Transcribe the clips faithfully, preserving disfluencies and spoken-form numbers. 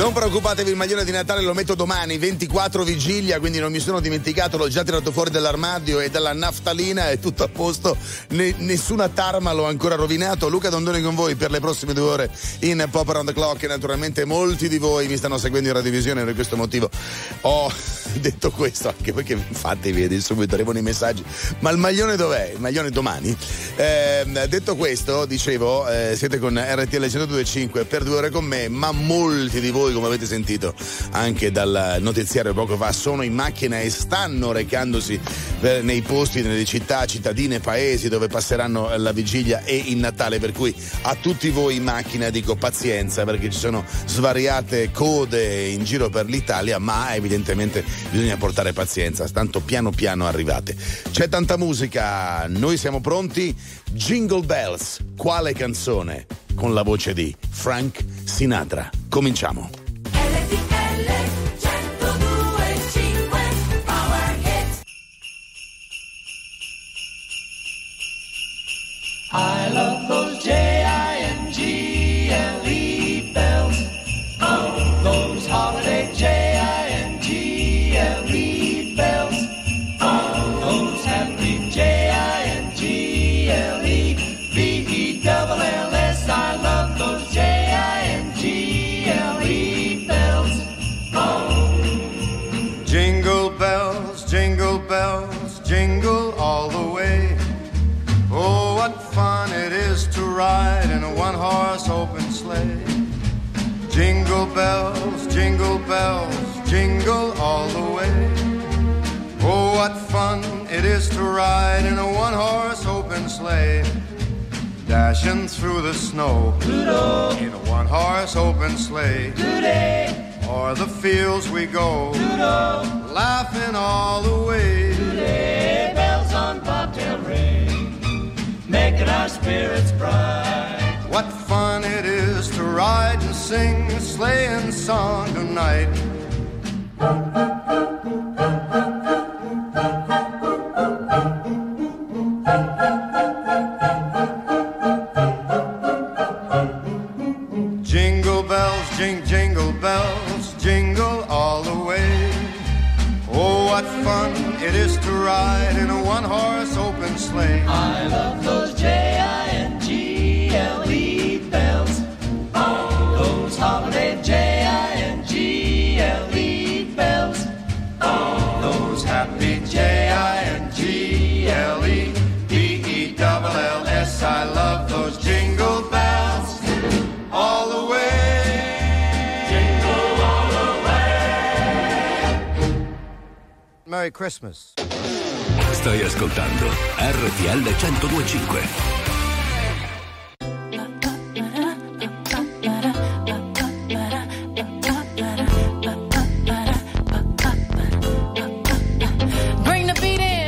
Non preoccupatevi, il maglione di Natale lo metto domani, ventiquattro vigilia, quindi non mi sono dimenticato, l'ho già tirato fuori dall'armadio e dalla naftalina, è tutto a posto, ne, nessuna tarma l'ho ancora rovinato. Luca Dondoni con voi per le prossime due ore in Pop Around the Clock, e naturalmente molti di voi mi stanno seguendo in radiovisione, per questo motivo ho detto questo, anche perché infatti vedi subito arrivano i messaggi, ma il maglione dov'è? Il maglione domani. Eh, detto questo, dicevo, eh, siete con R T L centodue e cinque per due ore con me, ma molti di voi, come avete sentito anche dal notiziario poco fa, sono in macchina e stanno recandosi eh, nei posti, nelle città, cittadine, paesi dove passeranno la vigilia e il Natale, per cui a tutti voi in macchina dico pazienza, perché ci sono svariate code in giro per l'Italia, ma evidentemente bisogna portare pazienza, tanto piano piano arrivate. C'è tanta musica, noi siamo pronti. Jingle Bells, quale canzone? Con la voce di Frank Sinatra. Cominciamo. I love those J I N G L E bells. Oh, those holiday J I N G L E bells. Oh, those happy J I N G L E B E double L S. I love those J I N G L E bells. Oh. Jingle bells, jingle bells, jingle all the way. Oh, what fun it is to ride in a one-horse open sleigh. Jingle bells, jingle bells, jingle all the way. Oh, what fun it is to ride in a one-horse open sleigh. Dashing through the snow Doodle. in a one-horse open sleigh. Today, O'er the fields we go, doodle, laughing all the way. today, bells on bobtail ring, making our spirits bright. What fun it is to ride and sing a sleighing song tonight. Jingle bells, jing, jingle bells, jingle all the way. Oh, what fun it is to ride in a one-horse open sleigh. I love those J I N G L E bells. Oh, those holiday J I N G L E bells. Oh, Those happy J I N G L E B E double L S. I love those jingle bells all the way. jingle all the way. Merry Christmas. Stai ascoltando R T L centodue e cinque. Bring the beat in.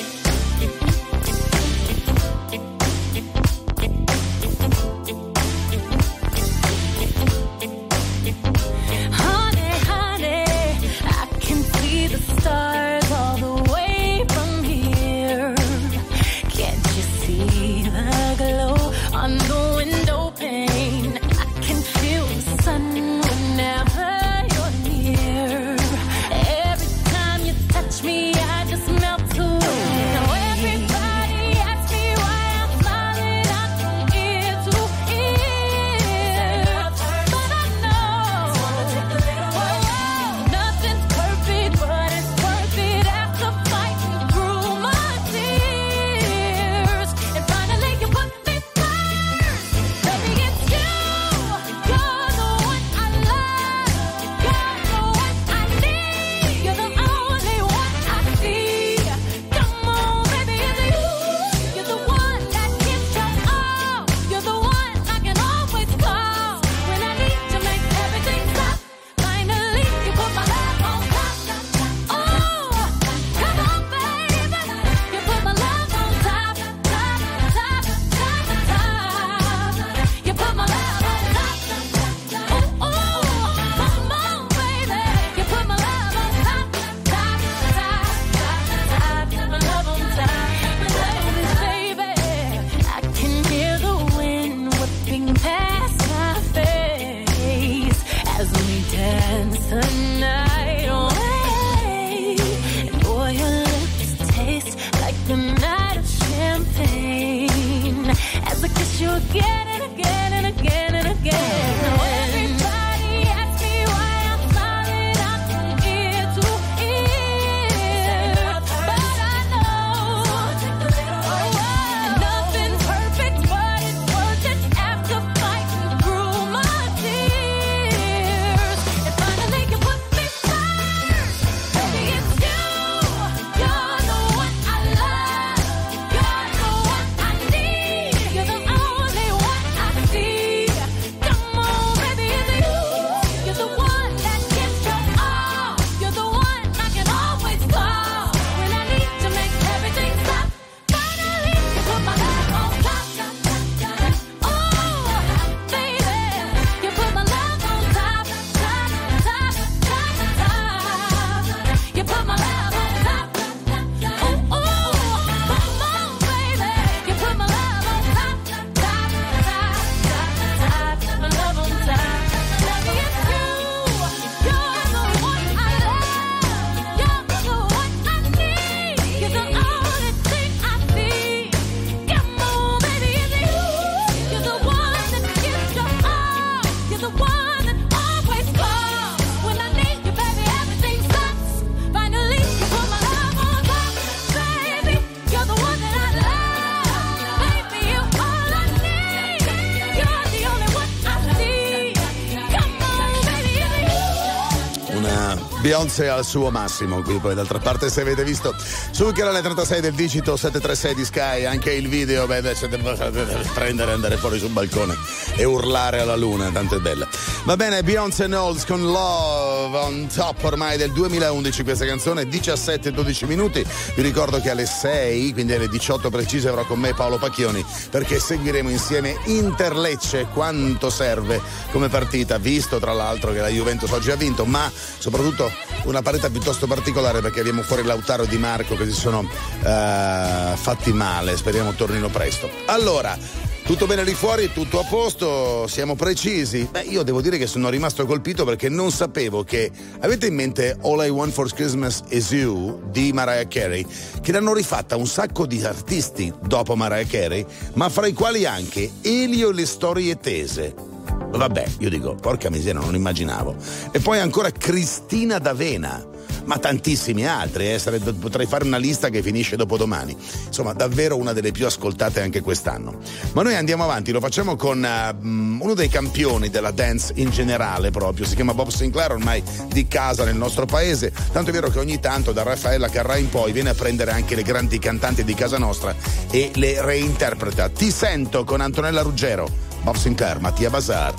Honey, honey, I can see the stars all the way from here. Can't you see them? Beyoncé al suo massimo, qui poi d'altra parte se avete visto sul canale trentasei del digito settecentotrentasei di Sky anche il video, beh adesso prendere e andare fuori sul balcone e urlare alla luna, tanto è bella. Va bene, Beyoncé Knowles con Love on Top, ormai del duemilaundici questa canzone, diciassette e dodici minuti. Vi ricordo che alle sei, quindi alle diciotto precise, avrò con me Paolo Pacchioni perché seguiremo insieme Inter-Lecce, quanto serve come partita, visto tra l'altro che la Juventus oggi ha vinto, ma soprattutto una partita piuttosto particolare perché abbiamo fuori Lautaro Di Marco che si sono uh, fatti male, speriamo tornino presto. Allora, tutto bene lì fuori, tutto a posto, siamo precisi? Beh, io devo dire che sono rimasto colpito perché non sapevo che, avete in mente All I Want for Christmas Is You di Mariah Carey, che l'hanno rifatta un sacco di artisti dopo Mariah Carey, ma fra i quali anche Elio e le Storie Tese. Vabbè, io dico, porca miseria, non immaginavo. E poi ancora Cristina D'Avena, ma tantissimi altri, eh? Sarebbe, potrei fare una lista che finisce dopodomani. Insomma, davvero una delle più ascoltate anche quest'anno. Ma noi andiamo avanti, lo facciamo con uh, uno dei campioni della dance in generale proprio, si chiama Bob Sinclair, ormai di casa nel nostro paese, tanto è vero che ogni tanto da Raffaella Carrà in poi viene a prendere anche le grandi cantanti di casa nostra e le reinterpreta. Ti sento con Antonella Ruggero, Bob Sinclair, Mattia Bazar.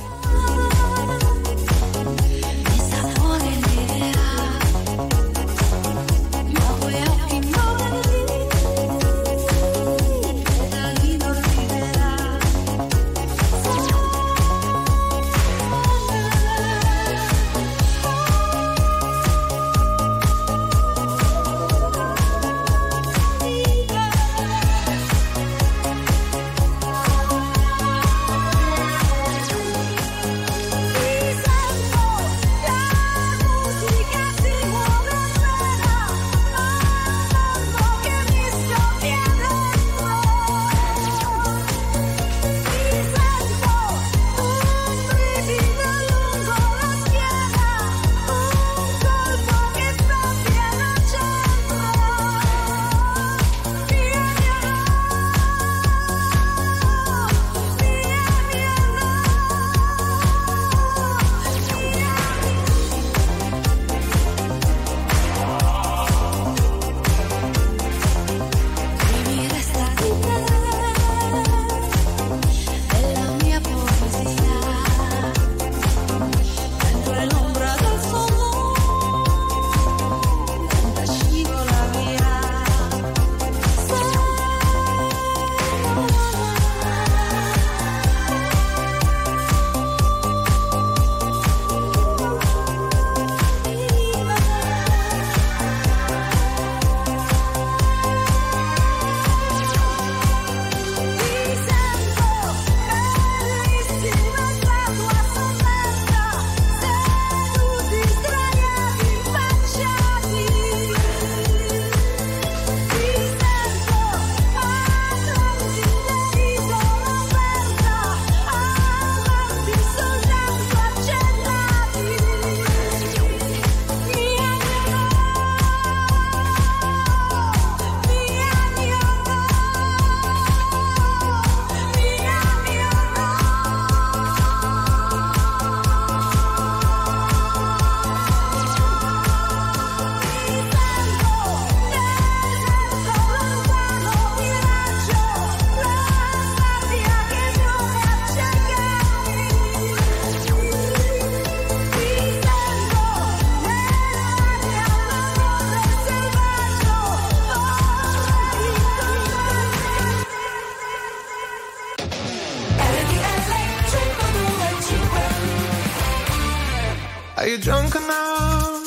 Are you drunk enough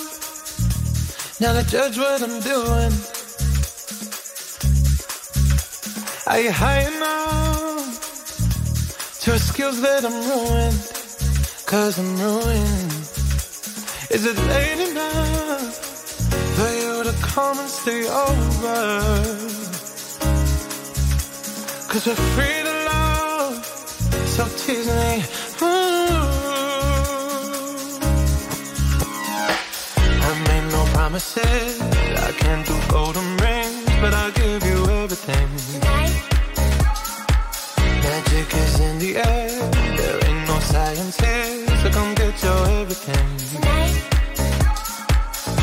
now to judge what I'm doing? Are you high enough to skills that I'm ruined? Cause I'm ruined. Is it late enough for you to come and stay over? Cause we're free to love, so tease me. Ooh. I made no promises, I can't do golden rings, but I'll give you everything. Tonight. Magic is in the air, there ain't no science here, so come get your everything. Tonight.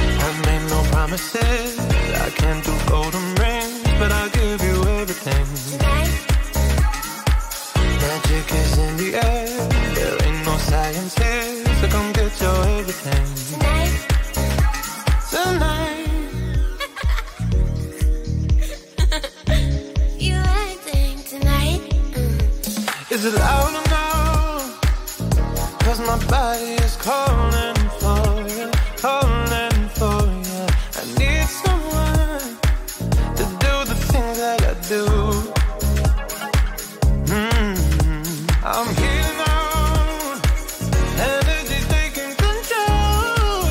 Is it loud enough? 'Cause my body is calling for you, calling for you. I need someone to do the things that I do. Mm-hmm. I'm here now, energy's taking control.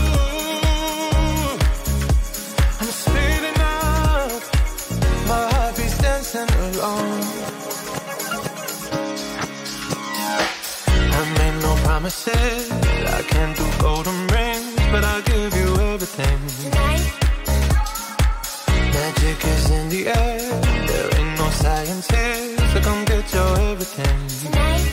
I'm speeding up, my heartbeat's dancing along. Promises, I can't do golden rings, but I'll give you everything. Tonight. Magic is in the air, there ain't no science here, so come get your everything. Tonight.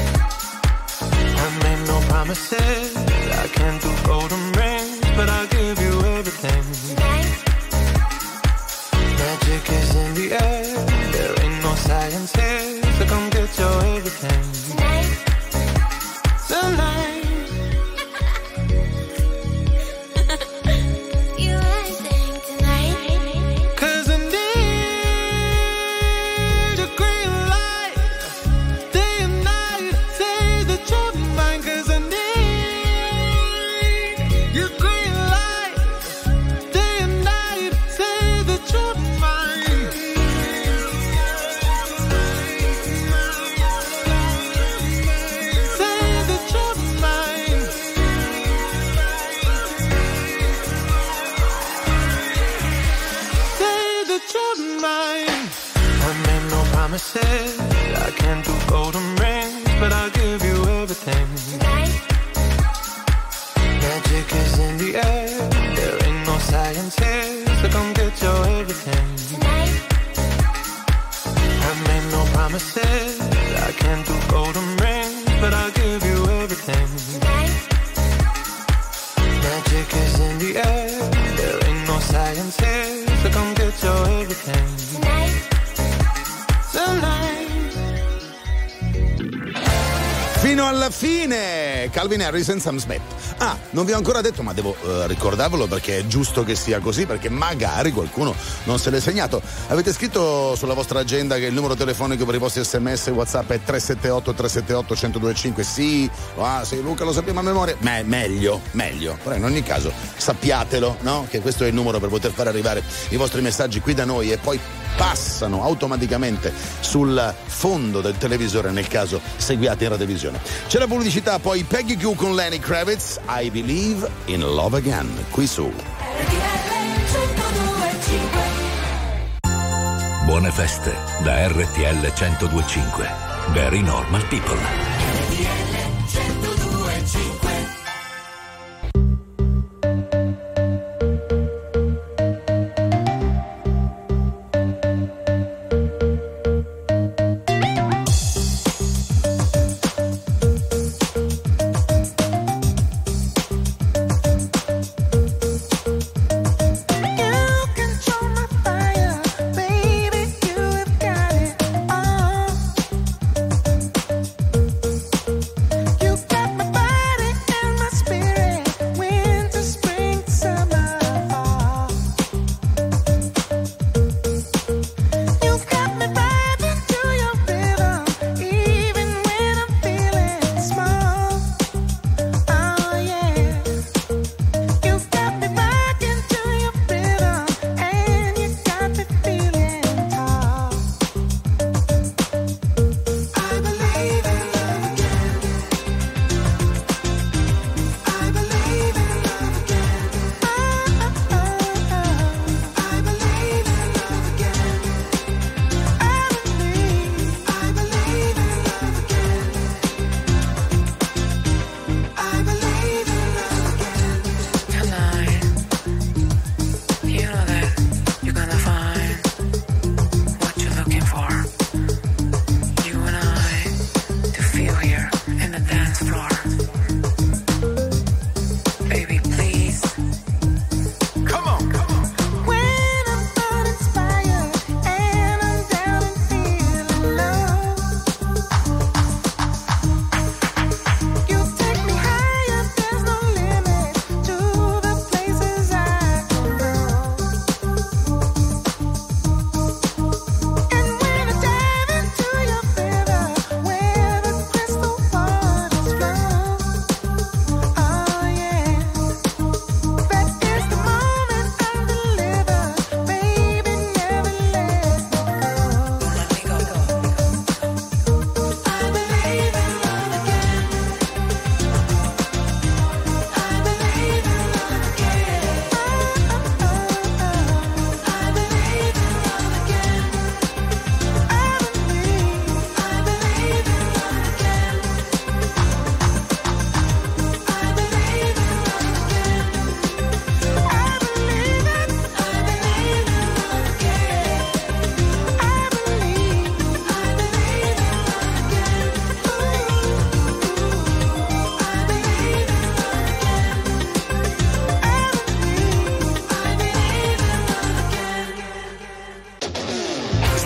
I made no promises, I can't do golden rings, but I'll give you everything. Tonight. Magic is in the air, there ain't no science here, so come get your everything. Tonight. Tonight. You anything tonight? 'Cause I need a green light, day and night. Say that you're mine, 'cause I need your green light, day and night. Say that you're mine. Promises, I can't do golden rings, but I'll give you everything. Tonight. Magic is in the air, there ain't no science here, so come get your everything. Tonight. I made no promises, I can't do golden rings, but I'll give you everything. Tonight. Magic is in the air, there ain't no science here, so come get your everything. Tonight. Fino alla fine, Calvin Harris e Sam Smith. Ah, non vi ho ancora detto, ma devo uh, ricordarvelo perché è giusto che sia così, perché magari qualcuno non se l'è segnato. Avete scritto sulla vostra agenda che il numero telefonico per i vostri sms e WhatsApp è tre sette otto tre sette otto uno zero due cinque. Sì, ah, sì, Luca lo sappiamo a memoria. Ma meglio, meglio. Però in ogni caso sappiatelo, no? Che questo è il numero per poter fare arrivare i vostri messaggi qui da noi e poi passano automaticamente sul fondo del televisore nel caso seguiate in radiovisione. C'è la pubblicità, poi Peggy Gou con Lenny Kravitz, I Believe in Love Again, qui su Buone feste da R T L centodue e cinque. Very Normal People. R T L centodue e cinque.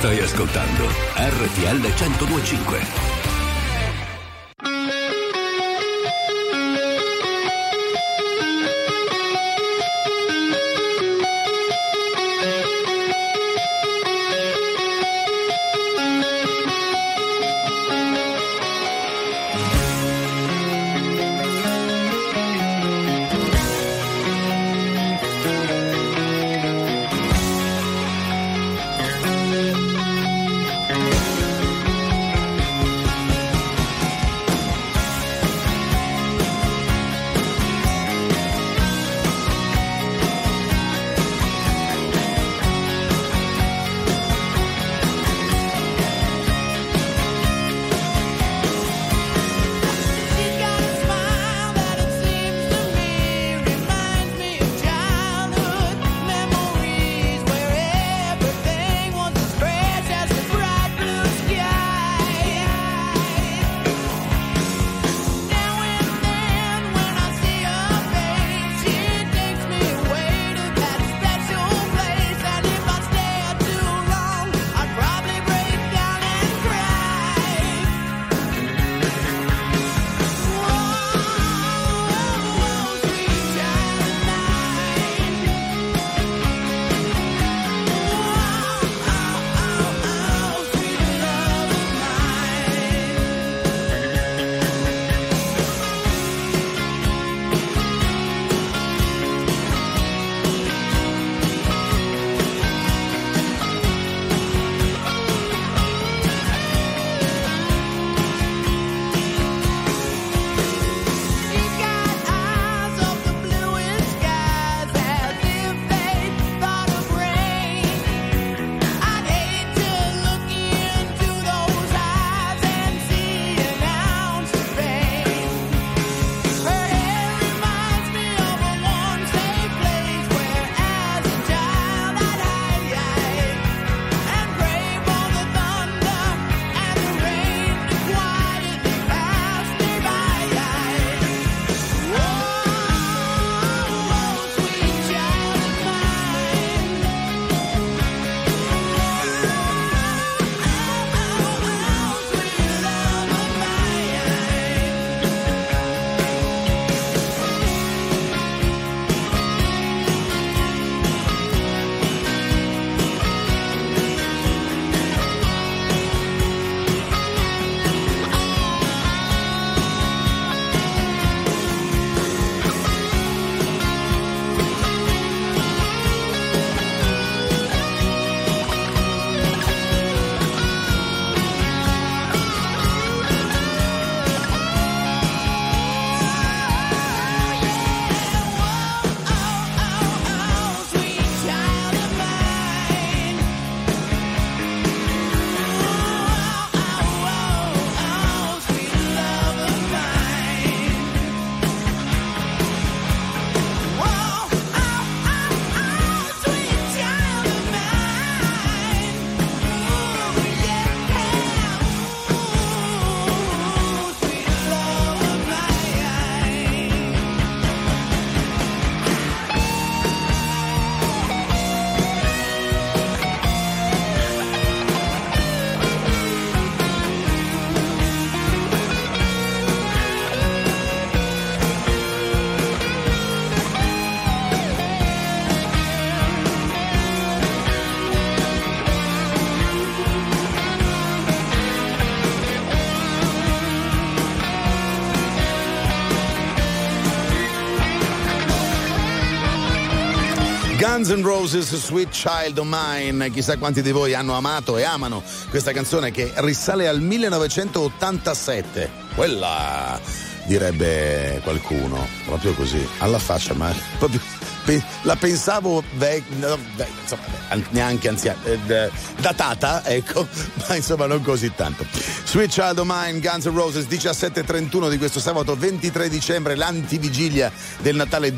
Stai ascoltando R T L centodue e cinque. Guns N' Roses, Sweet Child of Mine. Chissà quanti di voi hanno amato e amano questa canzone che risale al millenovecentottantasette. Quella, direbbe qualcuno, proprio così, alla faccia, ma proprio pe- la pensavo vecchia, no, insomma, neanche anziana, eh, datata, ecco, ma insomma non così tanto. Sweet Child of Mine, Guns N' Roses, diciassette e trentuno di questo sabato ventitré dicembre, l'antivigilia del Natale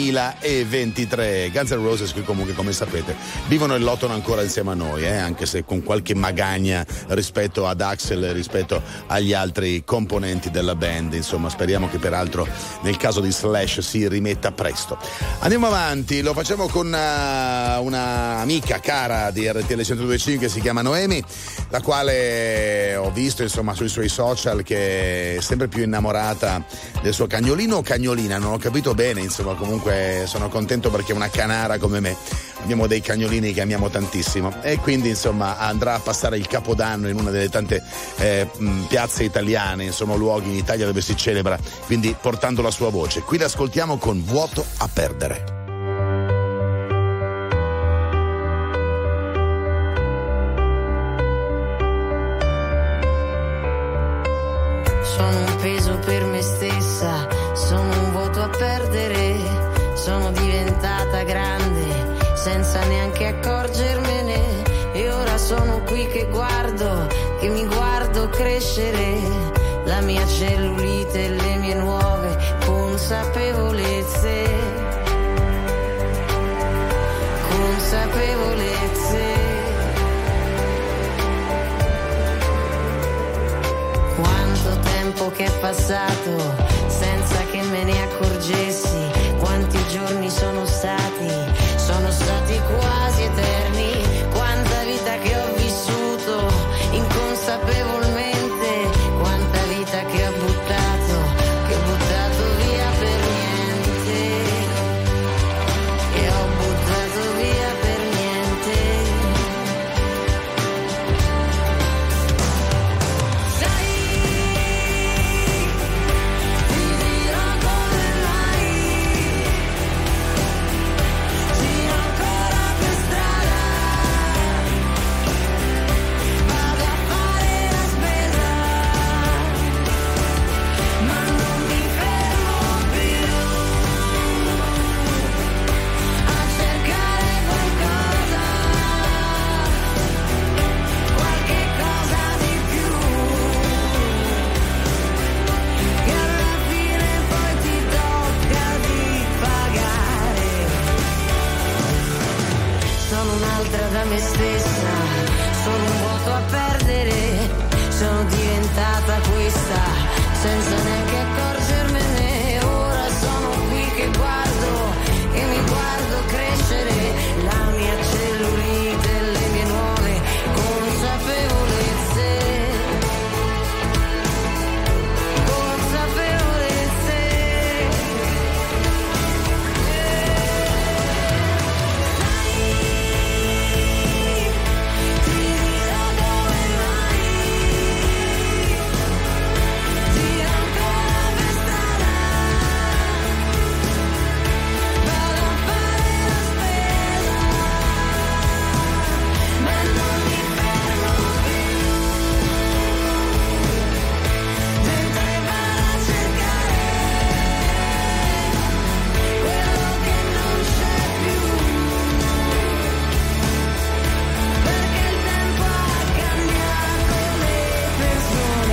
duemilaventitré. Guns N' Roses qui comunque, come sapete, vivono e lottano ancora insieme a noi, eh, anche se con qualche magagna rispetto ad Axl, rispetto agli altri componenti della band. Insomma, speriamo che peraltro nel caso di Slash si rimetta presto. Andiamo avanti. avanti, lo facciamo con una, una amica cara di R T L centodue e cinque che si chiama Noemi, la quale ho visto insomma sui suoi social che è sempre più innamorata del suo cagnolino o cagnolina, non ho capito bene, insomma comunque sono contento perché è una canara come me. Abbiamo dei cagnolini che amiamo tantissimo e quindi insomma andrà a passare il Capodanno in una delle tante eh, piazze italiane, insomma luoghi in Italia dove si celebra, quindi portando la sua voce. Qui l'ascoltiamo con Vuoto a perdere. Sono un peso per me stessa, sono un vuoto a perdere, sono diventata grande senza neanche accorgermene e ora sono qui che guardo, che mi guardo crescere, la mia cellulite e le mie nuove consapevolezze, consapevolezze. Quanto tempo che è passato senza che me ne accorgessi, quanti giorni sono stati, sono stati quasi eterni, quanta vita che ho vissuto inconsapevolmente, quanta vita che ho buttato, che ho buttato via per niente, che ho buttato via per niente. Sai, ti dirò come mai, giro ancora per strada, vado a fare la spesa, ma non mi fermo più a cercare qualcosa, qualche cosa di più, che alla fine poi ti tocca di pagare. Sono un'altra da me stessa, sono un vuoto a perdere, sono diventata questa senza neanche accorgermene, ora sono qui che guardo, che mi guardo crescere, la mia cellulite e le mie nuove consapevolezze, consapevolezze. Ti dirò come mai, giro ancora per strada, vado a fare la spesa, ma non mi fermo più, dentro i bar a cercare quello che non c'è più, perché il tempo ha cambiato le persone.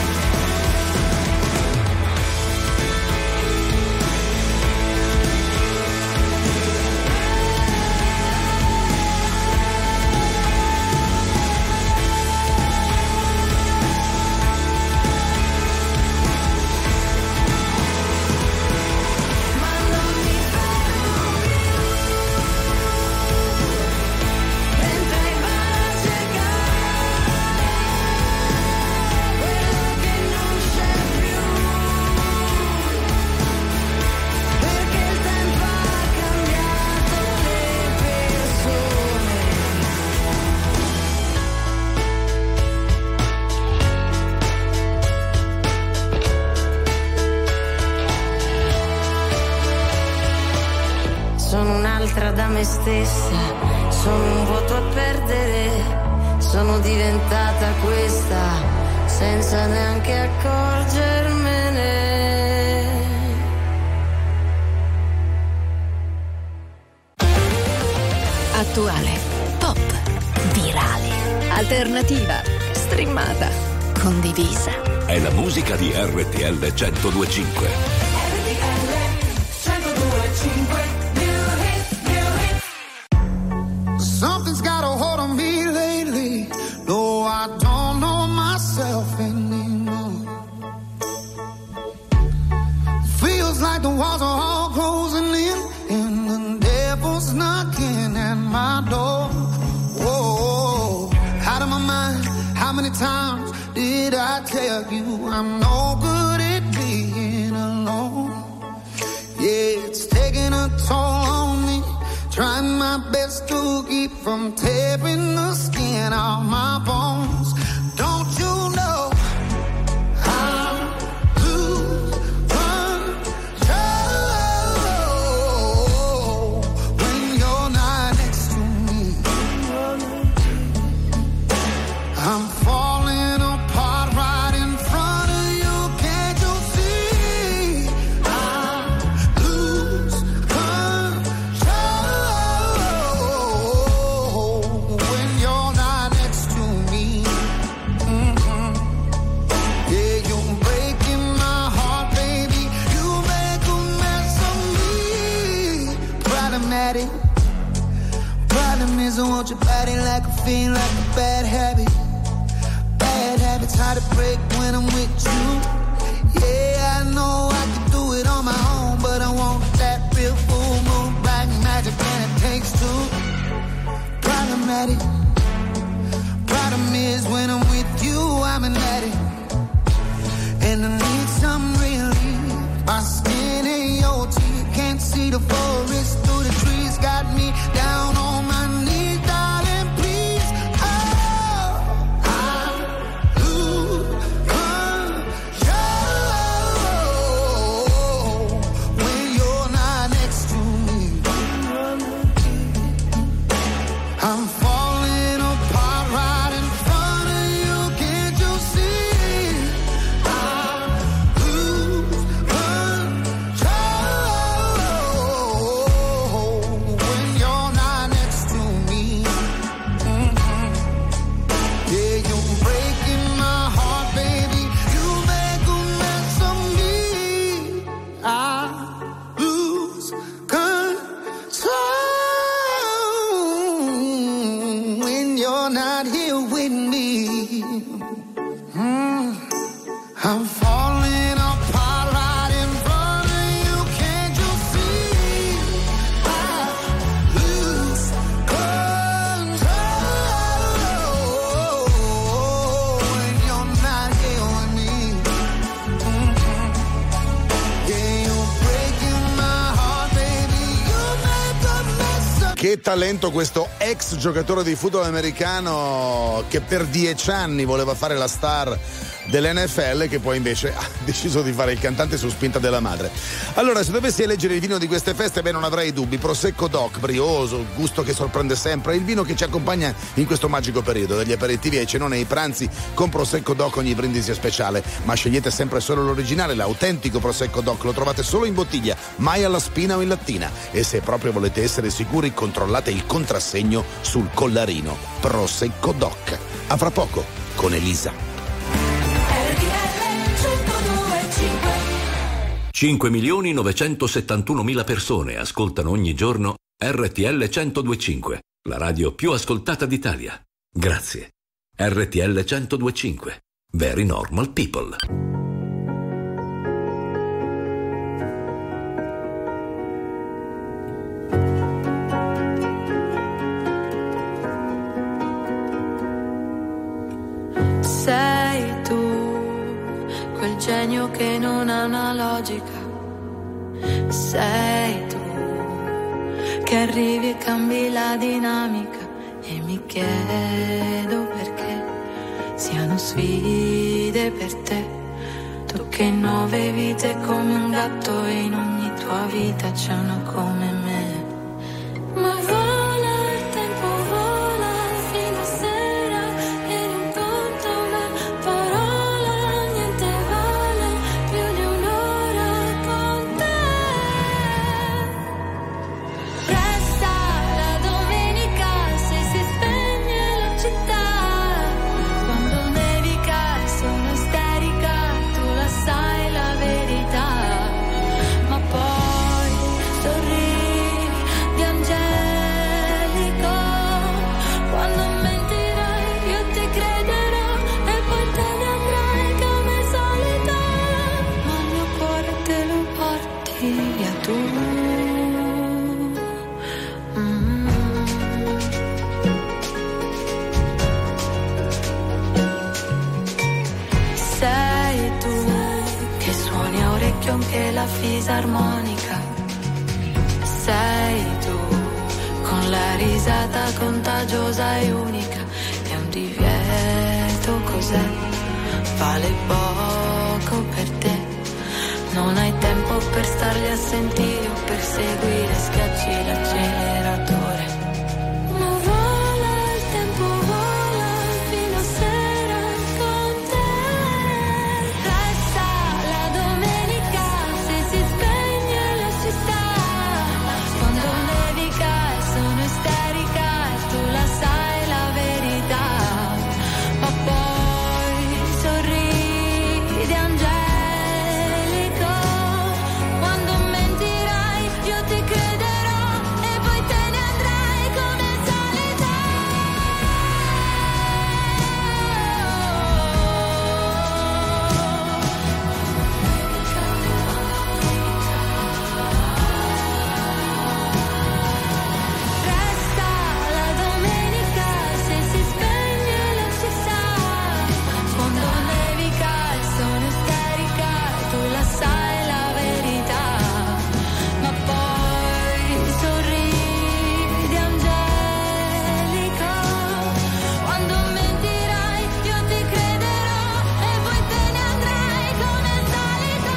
Ma non mi fermo più, dentro i bar a cercare quello che non c'è più, perché il tempo ha cambiato le persone. Sono un'altra da me stessa, sono un vuoto a perdere, sono diventata questa senza neanche accorgermene. Attuale, pop, virale, alternativa, streamata, condivisa. È la musica di R T L centodue e cinque. Something's got a hold on me lately. No, I don't know myself anymore. Feels like the walls are all closing in, and the times did I tell you I'm no good at being alone? Yeah, it's taking a toll on me, trying my best to keep from tearing the skin off my bones. Don't you know I lose control when you're not next to me? I'm falling apart right in front of you, can't you see? I lose control when you're not next to me. Mm-mm. Yeah, you're breaking my heart, baby. You make a mess of me. Problematic. Problem is I want your body like a fiend, like a bad habit. Bad habits hard to break when I'm with you. Yeah, I know I can do it on my own, but I want that real full moon, black magic, and it takes two. Problematic. Problem is when I'm with you, I'm an addict, and I need some relief. My skin and your teeth, can't see the forest through the trees, got me down on my knees, darling, please. Oh, I lose control when you're not next to me. I'm falling apart right in front of you, can't you see? I lose control when you're not next to me. Mm-mm. Yeah, you're breaking my heart, baby. You make a mess of me. I lose control when you're not here with me. Mm. I'm falling apart right in front of you, can't you see? I lose control when you're not here with me. Mm-mm. Yeah, you're breaking my heart, baby. You make a mess of Che talento questo ex giocatore di football americano che per dieci anni voleva fare la star dell'N F L, che poi invece ha deciso di fare il cantante su spinta della madre. Allora, se dovessi eleggere il vino di queste feste, beh, non avrei dubbi. Prosecco Doc, brioso, gusto che sorprende sempre, il vino che ci accompagna in questo magico periodo, dagli aperitivi ai cenoni ai pranzi. Con Prosecco Doc ogni brindisi è speciale, ma scegliete sempre solo l'originale, l'autentico Prosecco Doc. Lo trovate solo in bottiglia, mai alla spina o in lattina. E se proprio volete essere sicuri, controllate il contrassegno sul collarino. Prosecco Doc. A fra poco con Elisa. cinque milioni novecentosettantunomila persone ascoltano ogni giorno R T L centodue e cinque, la radio più ascoltata d'Italia. Grazie. R T L centodue e cinque. Very normal people. Sei tu quel genio che non ha una logica. Sei tu che arrivi e cambi la dinamica. E mi chiedo perché siano sfide per te. Tu che nove vite come un gatto e in ogni tua vita c'è una come me. Ma vola il tempo, vola fino a sera e non conta una parola, niente vale più di un'ora con te. Resta la domenica se si spegne la città, quando nevica e sono isterica, tu la sai la verità, ma poi sorridi la fisarmonica. Sei tu, con la risata contagiosa e unica. È un divieto, cos'è? Vale poco per te. Non hai tempo per starli a sentire o per seguire, schiacci l'acceleratore. Ma vola il tempo, vola fino a sera con te. Resta la domenica se si spegne la città. Quando nevica e sono isterica e tu la sai la verità. Ma poi sorridi angelico. Quando mentirai io ti crederò e poi te ne andrai come al solito. Resta la domenica se si spegne la città. Quando nevica e sono isterica e tu la sai la verità. Ma poi sorridi angelico. Quando mentirai io ti crederò e poi te ne andrai come al solito.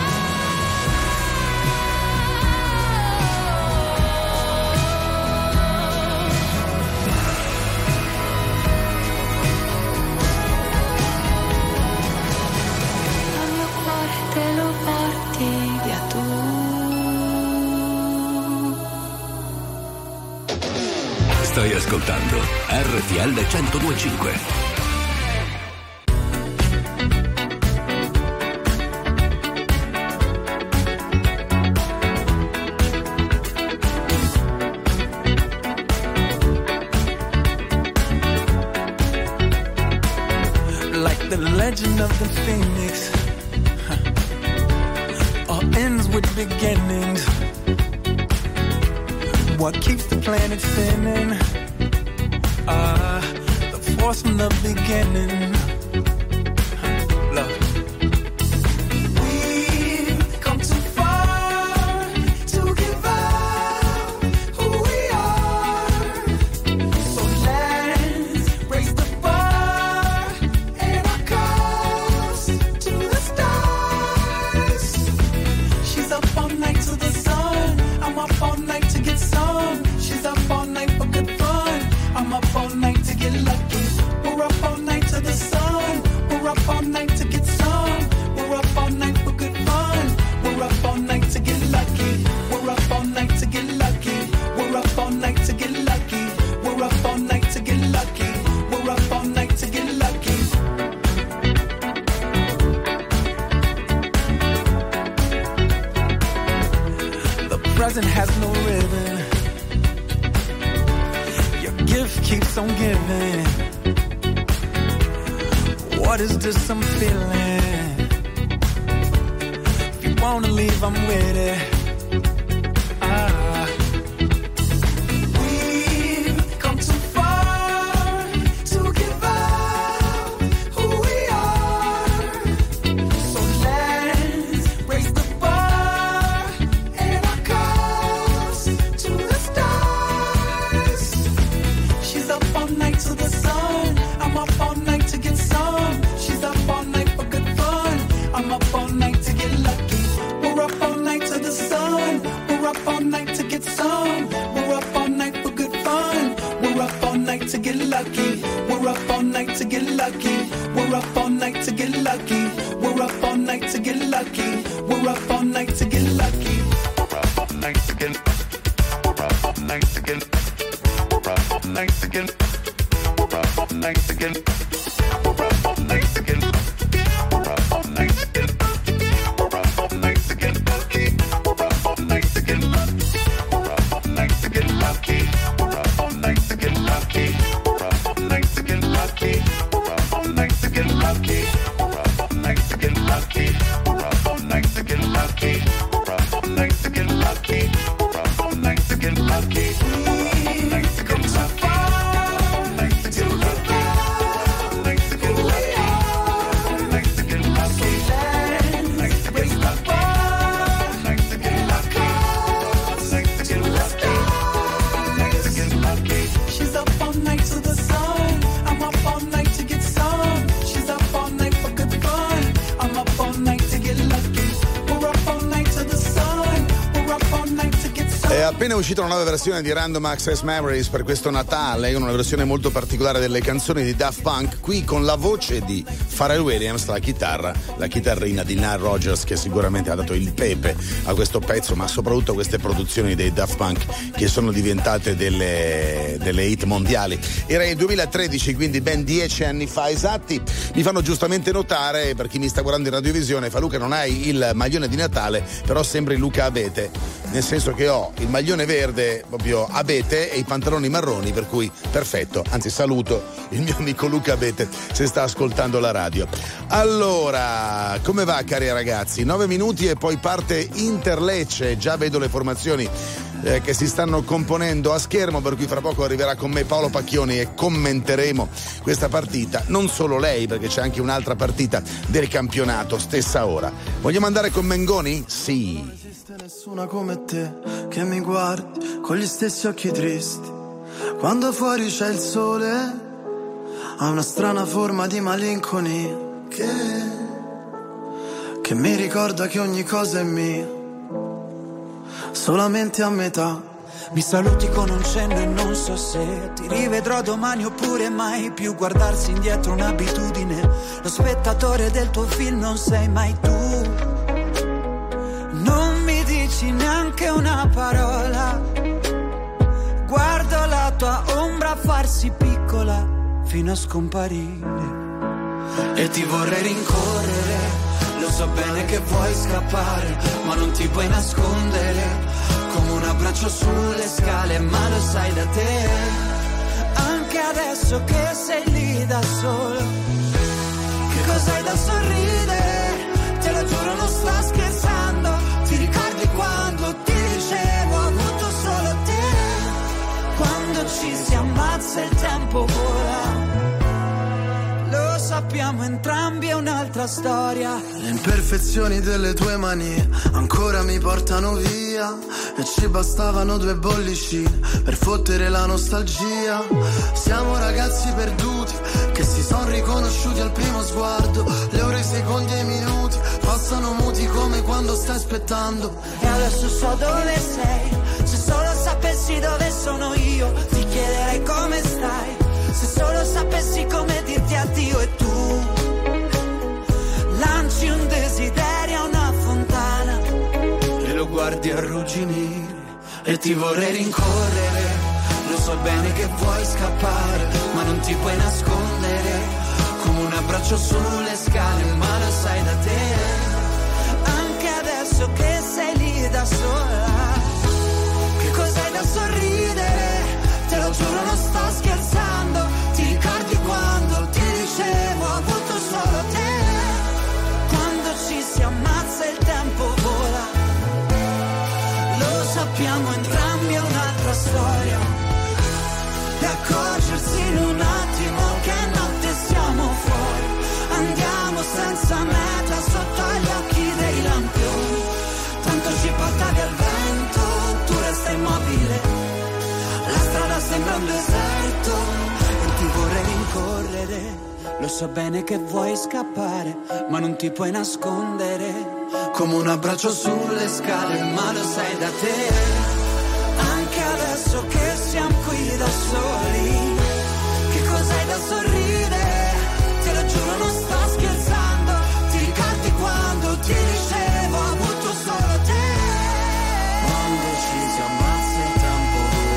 Al mio cuore te lo porti via tu. Stai ascoltando R T L centodue e cinque. Like the legend of the phoenix, huh. All ends with beginnings. What keeps the planet spinning? Ah, the force from the beginning. Huh. Love. We've come too far to give up who we are. So let's raise the bar and our cups to the stars. She's up all night to the sun. I'm up all night to get some. She's up all night for good fun. I'm up all night to get lucky. We're up all night to the sun. We're up all night to get some. We're up all night for good fun. We're up all night to get lucky. We're up all night to get lucky. We're up all night to get lucky. We're up all night to get lucky. We're up all night to get lucky. The present has no ribbon. Your gift keeps on giving. What is this I'm feeling? If you wanna leave, I'm with it. Ah. We've come too far to give up who we are. So let's raise the bar and our cups to the stars. She's up all night to the sun. I'm up all night to get some. She's up all night for good fun. I'm up all night to get lucky. We're up all night to the sun. We're up all night to get some. We're up all night for good fun. We're up all night to get lucky. We're up all night to get lucky. We're up all night to get lucky. We're up all night to get lucky. We're up all night to get lucky. We're up all night to get. We're up all night to get. We're up all night to get. We're up all night to get. We're up all night to get. We're up all night to get. We're up all night to get lucky. We're up all night to get lucky. We're up all night to get lucky. We're up all night to get lucky. We're up all night to get lucky. We're up all night to get lucky. We're up all night to get lucky. We're up all night to get lucky. We're up all night to get lucky. We're up all night to get lucky. We're up all night to get lucky. We're up all night to get lucky. appena uscita una nuova versione di Random Access Memories per questo Natale, una versione molto particolare delle canzoni di Daft Punk, qui con la voce di Pharrell Williams, la chitarra, la chitarrina di Nile Rodgers, che sicuramente ha dato il pepe a questo pezzo, ma soprattutto a queste produzioni dei Daft Punk che sono diventate delle, delle hit mondiali. Era il duemilatredici, quindi ben dieci anni fa esatti. Mi fanno giustamente notare, per chi mi sta guardando in radiovisione, fa: Luca, non hai il maglione di Natale, però sembri Luca Abete, nel senso che ho il maglione verde proprio abete e i pantaloni marroni, per cui perfetto. Anzi, saluto il mio amico Luca Abete se sta ascoltando la radio. Allora, come va, cari ragazzi? Nove minuti e poi parte Inter-Lecce. Già vedo le formazioni eh, che si stanno componendo a schermo, per cui fra poco arriverà con me Paolo Pacchioni e commenteremo questa partita. Non solo lei, perché c'è anche un'altra partita del campionato stessa ora. Vogliamo andare con Mengoni? Sì. Nessuna come te che mi guardi con gli stessi occhi tristi. Quando fuori c'è il sole, ha una strana forma di malinconia che, che mi ricorda che ogni cosa è mia, solamente a metà. Mi saluti con un cenno e non so se ti rivedrò domani oppure mai più. Guardarsi indietro un'abitudine, lo spettatore del tuo film non sei mai tu. Non mi dici neanche una parola, guardo la tua ombra farsi piccola fino a scomparire. E ti vorrei rincorrere, lo so bene che vuoi scappare, ma non ti puoi nascondere, come un abbraccio sulle scale, ma lo sai da te. Anche adesso che sei lì da solo, che cos'hai da sorridere? Te lo giuro non sto scherzando. Ti ricordi quando ti dicevo ho avuto solo te? Quando ci si ammazza il tempo vola, lo sappiamo entrambi, è un'altra storia. Le imperfezioni delle tue manie ancora mi portano via, e ci bastavano due bollicine per fottere la nostalgia. Siamo ragazzi perduti che si son riconosciuti al primo sguardo. Le ore, i secondi e i minuti passano muti come quando stai aspettando. E adesso so dove sei, se solo sapessi dove sono io ti chiederei come stai. Se solo sapessi come dirti addio e tu lanci un desiderio a una fontana e lo guardi arrugginire. E ti vorrei rincorrere, lo so bene che vuoi scappare, ma non ti puoi nascondere, come un abbraccio sulle scale, ma lo sai da te. Anche adesso che sei lì da sola, che cos'hai da sorridere? Te lo giuro non sto scherzando. Ti ricordi quando ti dicevo ho avuto solo te? Quando ci si ammazza il tempo vola, lo sappiamo entrambi, è un'altra storia. E accorgersi in un attimo che notte siamo fuori, andiamo senza meta sotto gli occhi dei lampioni. Tanto ci portavi al vento, tu resta immobile, la strada sembra un deserto. E ti vorrei rincorrere, lo so bene che vuoi scappare, ma non ti puoi nascondere, come un abbraccio sulle scale, ma lo sai da te. anche adesso che siamo qui da soli. Che cos'hai da sorridere? Te lo giuro non sto scherzando. Ti ricordi quando ti dicevo ho avuto solo te? Quando ci si ammazza il tempo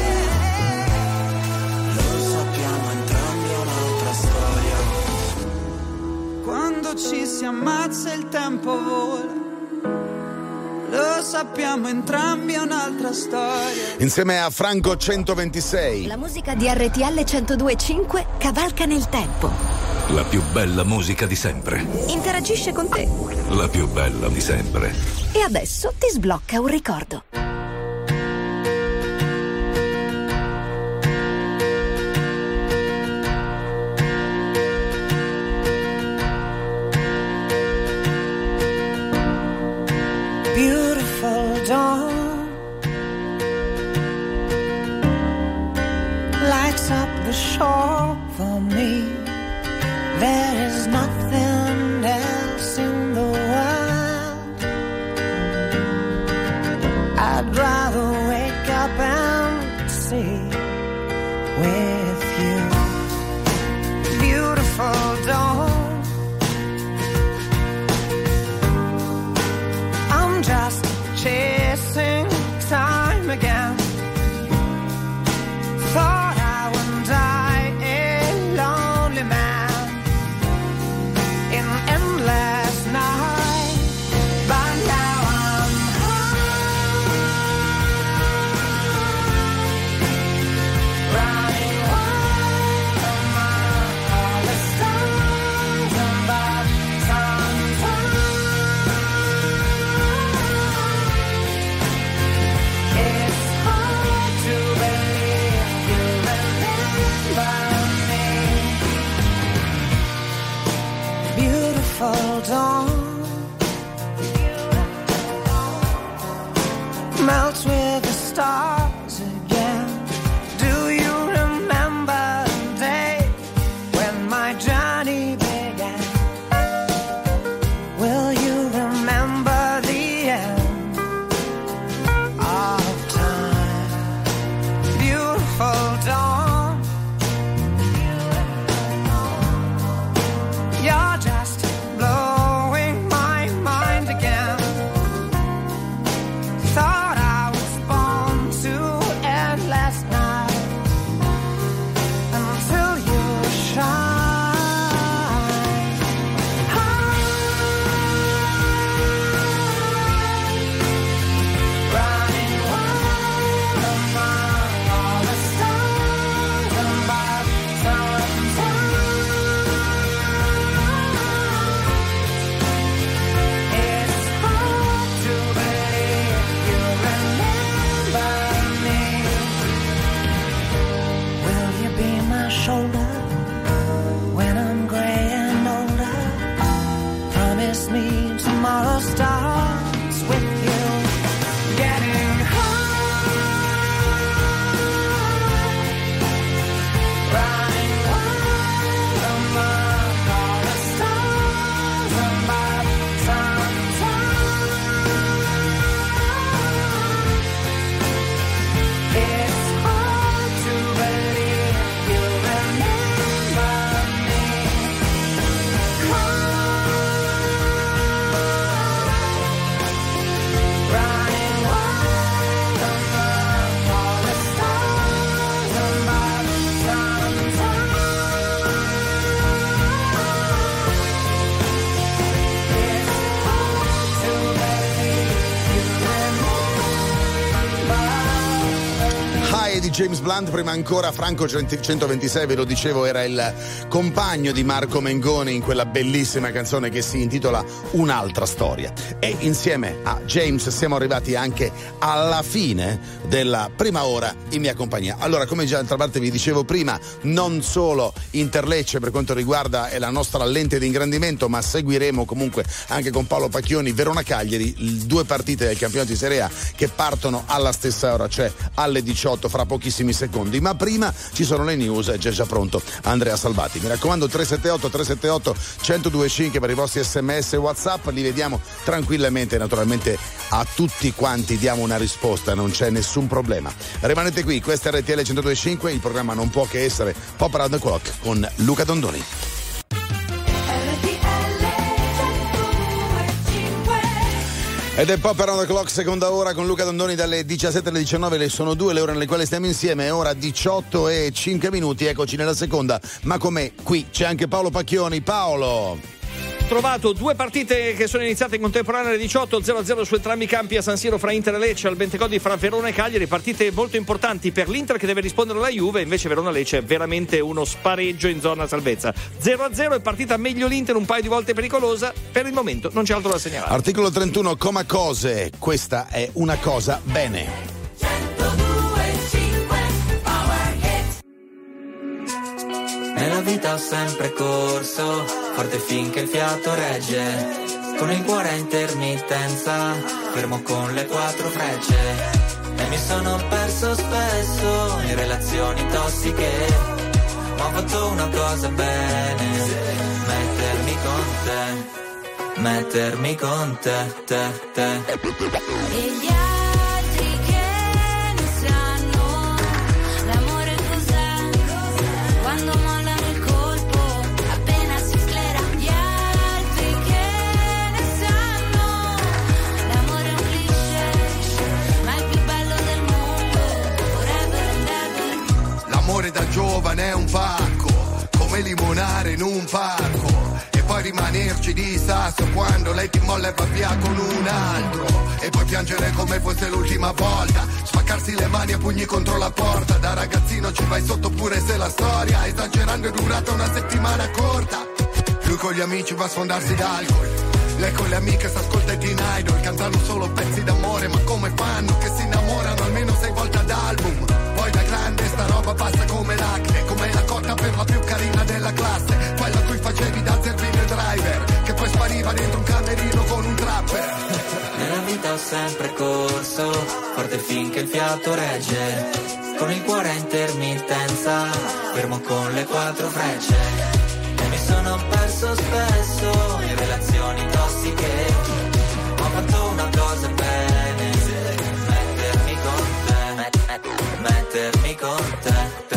vola, lo sappiamo entrambi è un'altra storia. Quando ci si ammazza il tempo vola, lo sappiamo entrambi è un'altra storia. Insieme a Franco centoventisei. La musica di R T L centodue e cinque cavalca nel tempo. La più bella musica di sempre. Interagisce con te. La più bella di sempre. E adesso ti sblocca un ricordo. Beautiful dawn lights up the shore for me. There is nothing else in the world. I'd rather wake up James Blunt, prima ancora Franco centoventisei, ve lo dicevo, era il compagno di Marco Mengoni in quella bellissima canzone che si intitola Un'altra storia. E insieme a James siamo arrivati anche alla fine della prima ora in mia compagnia. Allora, come già d'altra parte vi dicevo prima, non solo Interlecce per quanto riguarda la nostra lente di ingrandimento, ma seguiremo comunque anche con Paolo Pacchioni Verona Cagliari, due partite del campionato di Serie A che partono alla stessa ora, cioè alle diciotto fra pochissimi secondi. Ma prima ci sono le news e c'è già pronto Andrea Salvati. Mi raccomando, tre sette otto tre sette otto uno zero due cinque per i vostri sms e WhatsApp, li vediamo tranquillamente. Naturalmente a tutti quanti diamo una risposta, non c'è nessun problema. Rimanete qui, questa è R T L centodue e cinque, il programma non può che essere Pop Around the Clock con Luca Dondoni. Ed è Pop Around the Clock, seconda ora con Luca Dondoni dalle diciassette alle diciannove, le sono due le ore nelle quali stiamo insieme, è ora diciotto e cinque minuti, eccoci nella seconda, ma con me qui c'è anche Paolo Pacchioni. Paolo! Trovato due partite che sono iniziate in contemporanea alle diciotto, zero a zero su entrambi i campi a San Siro fra Inter e Lecce, al Bentegodi fra Verona e Cagliari, partite molto importanti per l'Inter che deve rispondere alla Juve, invece Verona-Lecce è veramente uno spareggio in zona salvezza. zero a zero è partita meglio l'Inter, un paio di volte pericolosa, per il momento non c'è altro da segnalare. Articolo trentuno, coma cose, questa è una cosa bene. Nella vita ho sempre corso, forte finché il fiato regge, con il cuore a intermittenza, fermo con le quattro frecce. E mi sono perso spesso in relazioni tossiche, ma ho fatto una cosa bene, mettermi con te, mettermi con te, te, te. E gli altri che non sanno l'amore cos'è, quando mollano il colpo appena si sclera. Gli altri che ne sanno l'amore è un cliché, ma è il più bello del mondo, forever and ever. L'amore da giovane è un pacco, come limonare in un parco, e poi rimanerci di sasso quando lei ti molla e va via con un altro, e poi piangere come fosse l'ultima volta, spaccarsi le mani a pugni contro la porta. Da ragazzino ci vai sotto pure se la storia esagerando è durata una settimana corta. Lui con gli amici va a sfondarsi d'alcol, lei con le amiche s'ascolta i Teen Idol, cantano solo pezzi d'amore, ma come fanno che si innamorano almeno sei volte ad album. Poi da grande sta roba passa come l'acne, come la cotta per la più carina della classe, quella a cui facevi da zerbino driver, che poi spariva dentro un camerino con un trapper. Nella vita ho sempre corso, forte finché il fiato regge, con il cuore a intermittenza, fermo con le quattro frecce. E mi sono perso spesso in relazioni tossiche, ho fatto una cosa bene, mettermi con te, mettermi con te, te,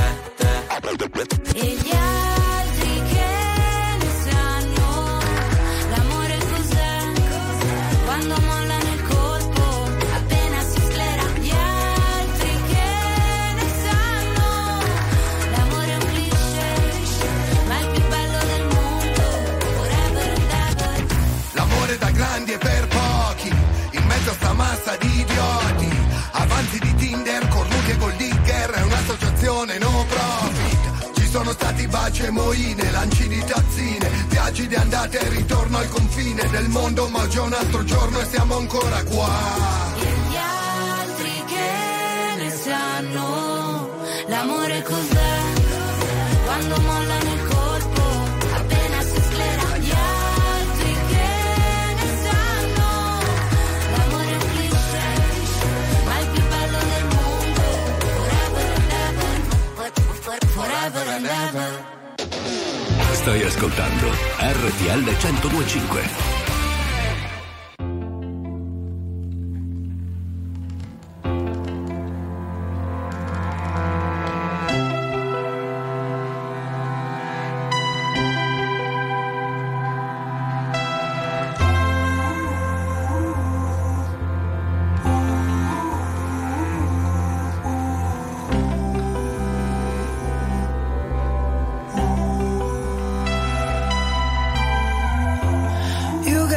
te. E gli altri che ne sanno l'amore cos'è, quando mollano il colpo appena si sclera. Gli altri che ne sanno l'amore è un cliché, ma è il più bello del mondo, forever and ever. L'amore da grandi e per pochi, in mezzo a sta massa di idioti, avanti di Tinder, cornuti e gold digger, è un'associazione no profit. Ci sono stati baci e moine, lanci di tazzine, viaggi di andata e ritorno al confine del mondo, ma oggi è un altro giorno e siamo ancora qua. E gli altri che ne sanno l'amore cos'è, quando mollano il colpo appena si sclera. Gli altri che ne sanno l'amore è un cliché, ma è il più bello del mondo, forever and ever, forever and ever. Stai ascoltando R T L centodue e cinque. You got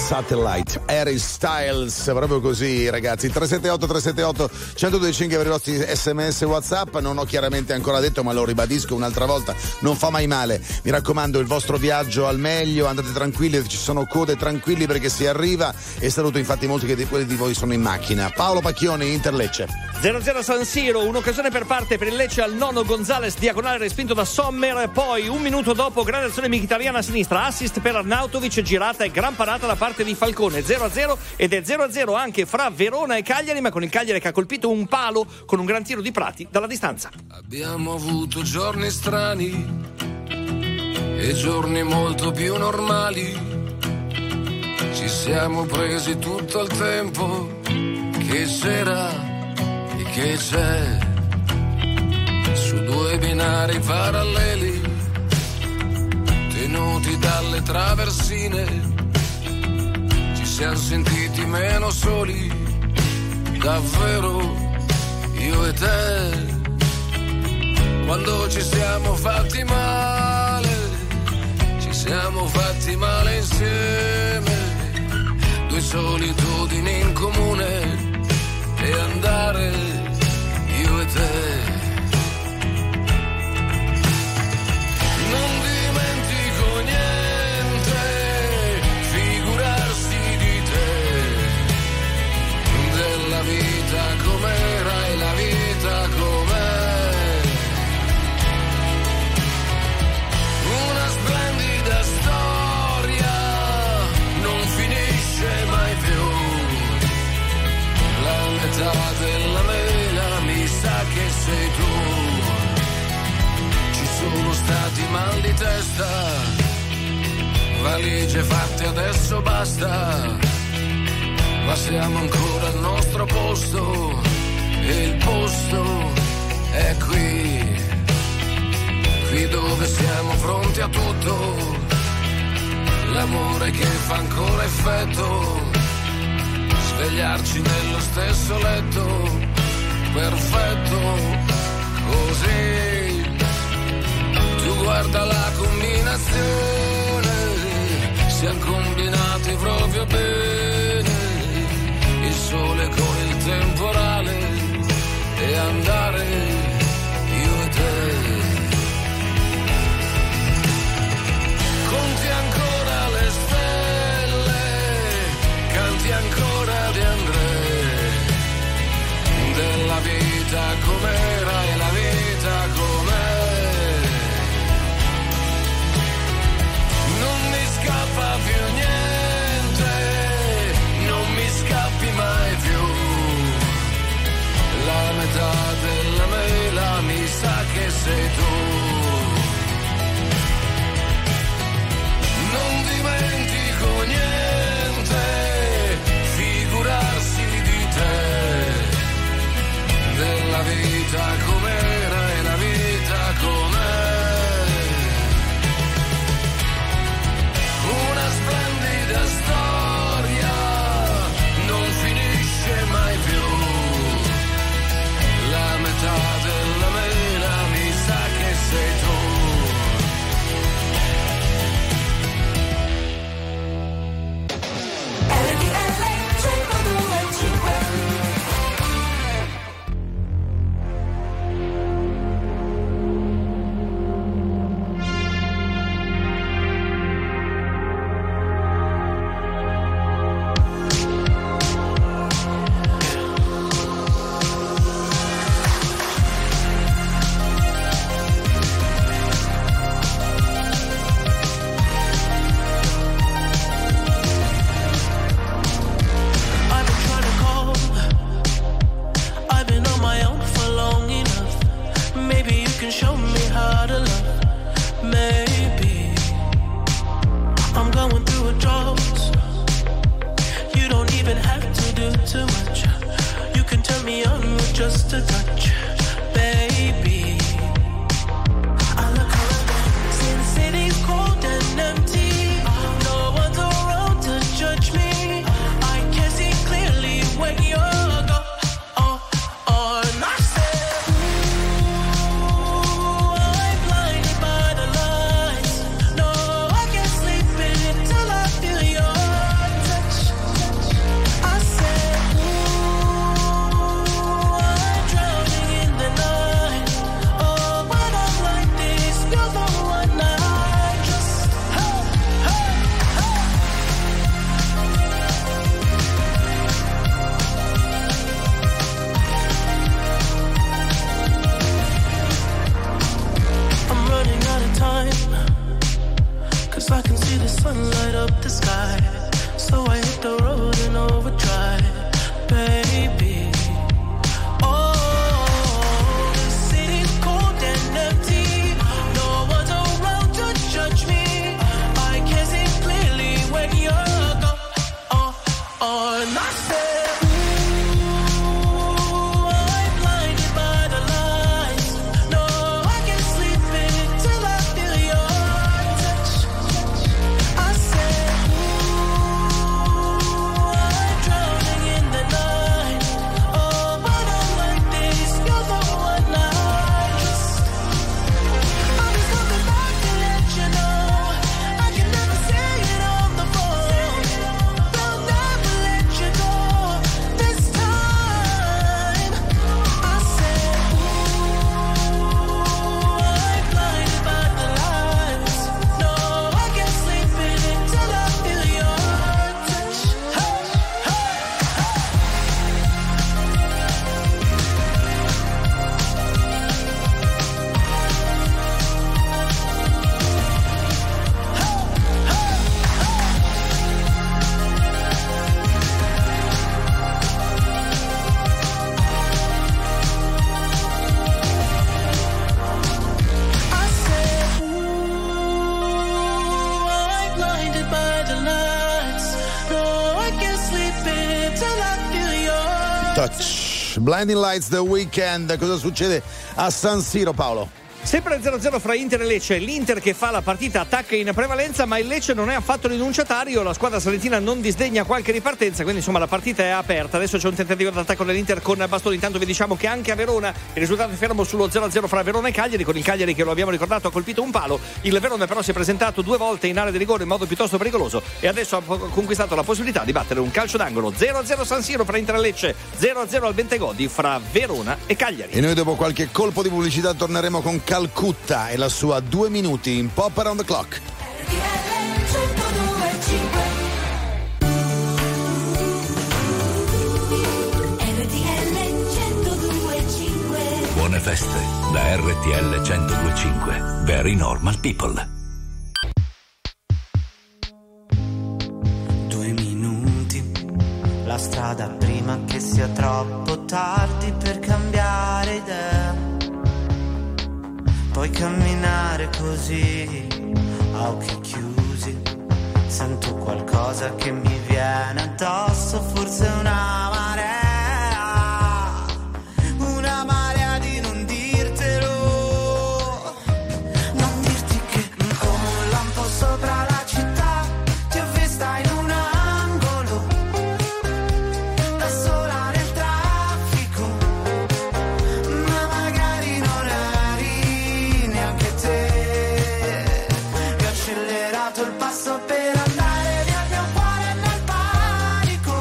Satellite, Harry Styles, proprio così ragazzi. Tre sette otto tre sette otto uno zero due cinque per i vostri sms WhatsApp. Non ho chiaramente ancora detto, ma lo ribadisco un'altra volta, non fa mai male. Mi raccomando, il vostro viaggio al meglio, andate tranquilli, ci sono code, tranquilli perché si arriva. E saluto infatti molti che di quelli di voi sono in macchina. Paolo Pacchioni, Inter Lecce. zero zero San Siro, un'occasione per parte per il Lecce al nono, Gonzales diagonale respinto da Sommer, poi un minuto dopo grande azione mkhitaryan a sinistra, assist per Arnautovic, girata e gran parata da parte di Falcone. Zero a zero ed è zero a zero anche fra Verona e Cagliari, ma con il Cagliari che ha colpito un palo con un gran tiro di Prati dalla distanza. Abbiamo avuto giorni strani e giorni molto più normali, ci siamo presi tutto il tempo che c'era e che c'è, su due binari paralleli tenuti dalle traversine, ci siamo sentiti meno soli, davvero, io e te. Quando ci siamo fatti male, ci siamo fatti male insieme, due solitudini in comune e andare io e te. Non dimentico niente, figurarsi di te, della vita com'era e la vita com'è. Una splendida storia, non finisce mai più, la metà della mela mi sa che sei tu. Ci sono stati mal di testa, valigie fatte adesso basta, ma siamo ancora al nostro posto e il posto è qui, qui dove siamo pronti a tutto, l'amore che fa ancora effetto, svegliarci nello stesso letto, perfetto, così. Tu guarda la combinazione, siamo combinati proprio bene, il sole con il temporale e andare io e te. Conti ancora le stelle, canti ancora di André, della vita com'era e la vita com'è. Non mi scappa più niente, so I can see the sun light up the sky. So I hit the road in overdrive, baby. Oh, the city's cold and empty. No one's around to judge me. I can see clearly when you're gone. Oh, oh, and I said, Touch. Blinding Lights The Weekend. Cosa succede a San Siro, Paolo? Sempre zero a zero fra Inter e Lecce. L'Inter che fa la partita attacca in prevalenza, ma il Lecce non è affatto rinunciatario. La squadra salentina non disdegna qualche ripartenza, quindi insomma la partita è aperta. Adesso c'è un tentativo d'attacco dell'Inter con Bastoni. Intanto vi diciamo che anche a Verona il risultato è fermo sullo zero a zero fra Verona e Cagliari, con il Cagliari che, lo abbiamo ricordato, ha colpito un palo. Il Verona però si è presentato due volte in area di rigore in modo piuttosto pericoloso e adesso ha conquistato la possibilità di battere un calcio d'angolo. zero a zero San Siro fra Inter e Lecce, zero a zero al Bentegodi fra Verona e Cagliari. E noi dopo qualche colpo di pubblicità torneremo con Calcutta e la sua due minuti in Pop Around the Clock. Buone feste da R T L centodue e cinque. Very normal people. Due minuti, la strada prima che sia troppo tardi per cambiare idea. Puoi camminare così, a occhi chiusi. Sento qualcosa che mi viene addosso, forse una marea. Una marea di non dirtelo. Non dirti che come un lampo sopra la città ti ho vista in un angolo, da sola nel traffico. Ma magari non eri neanche te. E ho accelerato il passo per andare via, il mio cuore nel panico,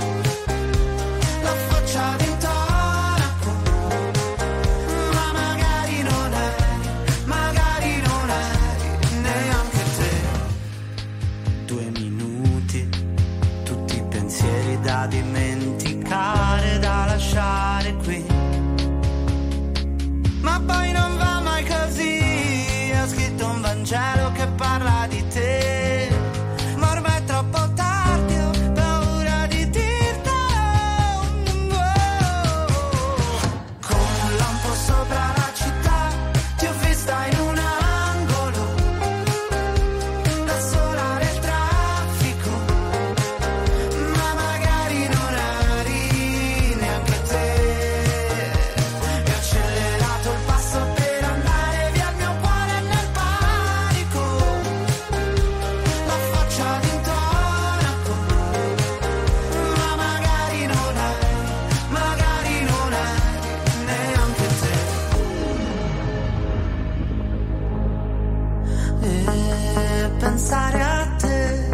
la faccia d'intonaco. Ma magari non eri, magari non eri neanche te. Due minuti, tutti i pensieri da dimenticare, da lasciare qui. Ma poi non va mai così. Ho scritto un Vangelo che parla di te, ma ormai è troppo tardi, ho paura di dirtelo. Come un lampo sopra la città ti ho vista in un angolo, da sola nel traffico. Ma magari non eri neanche te. E ho accelerato il passo per andare via, il mio cuore nel panico, la faccia d'intonaco. Ma magari non eri, magari non eri neanche te. E pensare a te,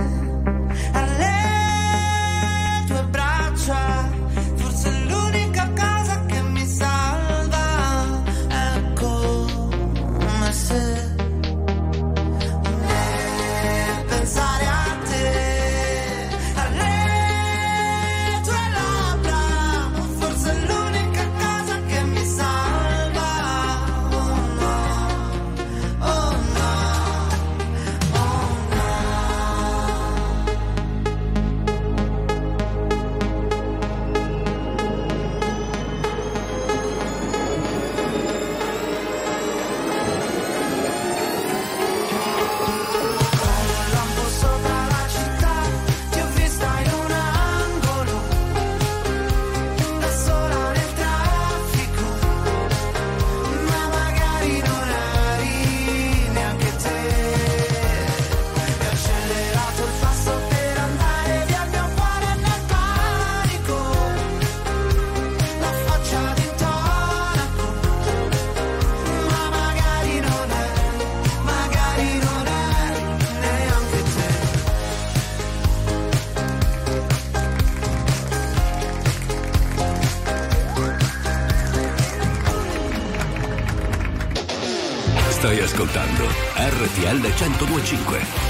alle tue braccia, forse è l'unica cosa che mi salva. È come se. E pensare a te, alle tue labbra, forse è l'unica cosa che mi salva. Oh no, oh no, oh no. ascoltando R T L centodue e cinque.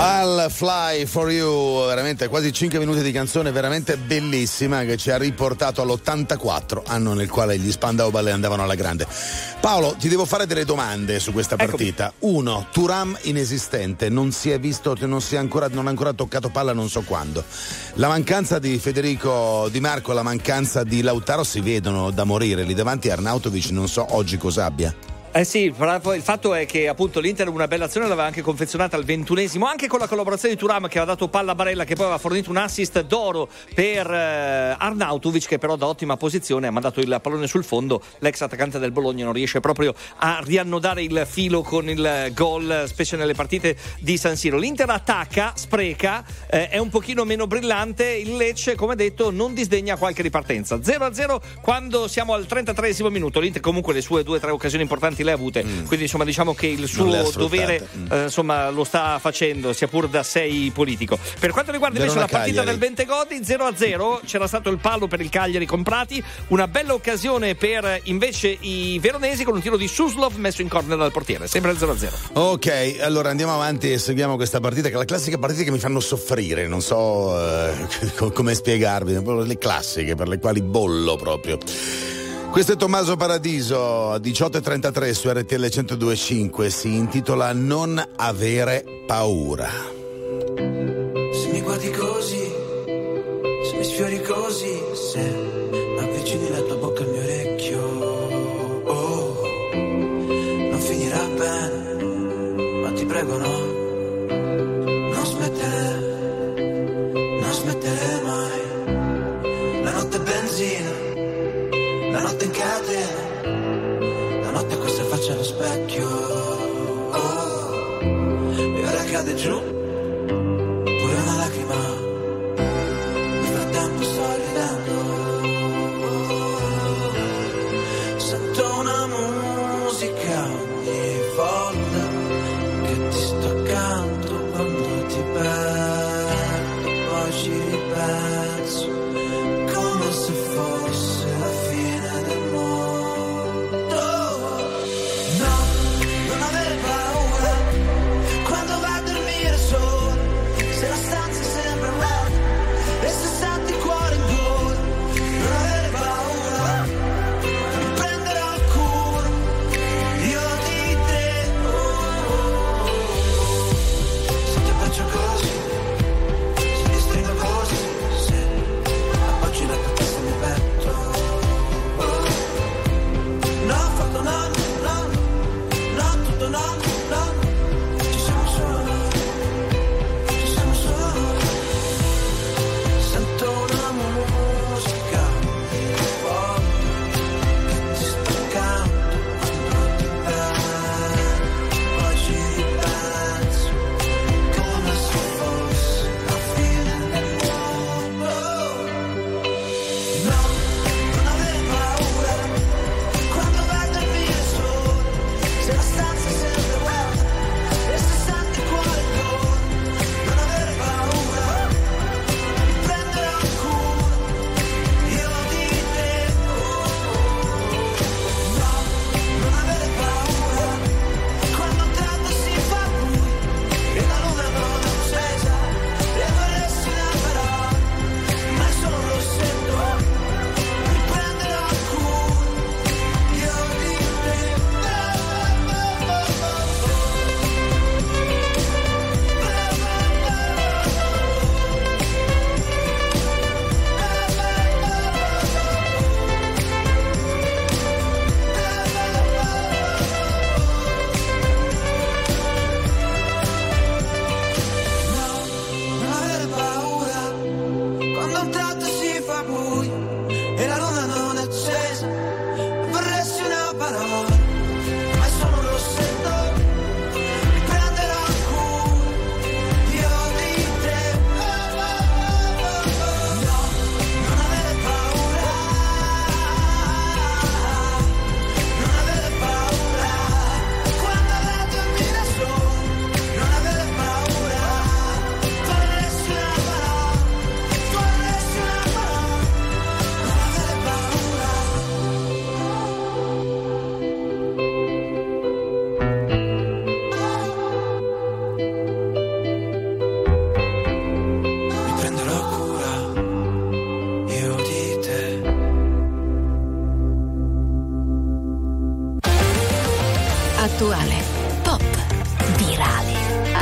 I'll Fly For You, veramente quasi cinque minuti di canzone veramente bellissima che ci ha riportato all'ottantaquattro, anno nel quale gli Spandau Ballet andavano alla grande. Paolo, ti devo fare delle domande su questa partita. Eccomi. Uno, Thuram inesistente, non si è visto, non si è ancora, non ha ancora toccato palla non so quando. La mancanza di Federico Di Marco, la mancanza di Lautaro si vedono da morire, lì davanti Arnautovic non so oggi cosa abbia. Eh sì, il fatto è che appunto l'Inter una bella azione l'aveva anche confezionata al ventunesimo, anche con la collaborazione di Thuram che aveva dato palla a Barella, che poi aveva fornito un assist d'oro per eh, Arnautovic, che però da ottima posizione ha mandato il pallone sul fondo. L'ex attaccante del Bologna non riesce proprio a riannodare il filo con il gol, specie nelle partite di San Siro. L'Inter attacca, spreca, eh, è un pochino meno brillante. Il Lecce, come detto, non disdegna qualche ripartenza. zero a zero quando siamo al trentatreesimo minuto. L'Inter comunque le sue due o tre occasioni importanti le ha avute, mm. quindi insomma diciamo che il suo dovere mm. eh, insomma lo sta facendo, sia pur da sei politico. Per quanto riguarda invece la partita Cagliari. Del Bentegodi, zero a zero, c'era stato il palo per il Cagliari con Prati, una bella occasione per invece i veronesi con un tiro di Suslov messo in corner dal portiere, sempre zero a zero. Ok, allora andiamo avanti e seguiamo questa partita, che è la classica partita che mi fanno soffrire, non so eh, come spiegarvi, le classiche per le quali bollo proprio. Questo è Tommaso Paradiso, diciotto e trentatré su R T L centodue e cinque, si intitola Non avere paura. Se mi guardi così, se mi sfiori così, se avvicini la tua bocca al mio orecchio, oh, non finirà bene, ma ti prego no, non smettere, non smettere mai, la notte è benzina, la notte in catena, la notte questa faccia allo specchio, oh, e ora cade giù, pure una lacrima, nel frattempo sto ridendo, oh, sento una musica ogni volta che ti sto accanto, quando ti perdo, poi ci ripenso, come se fosse la fine. So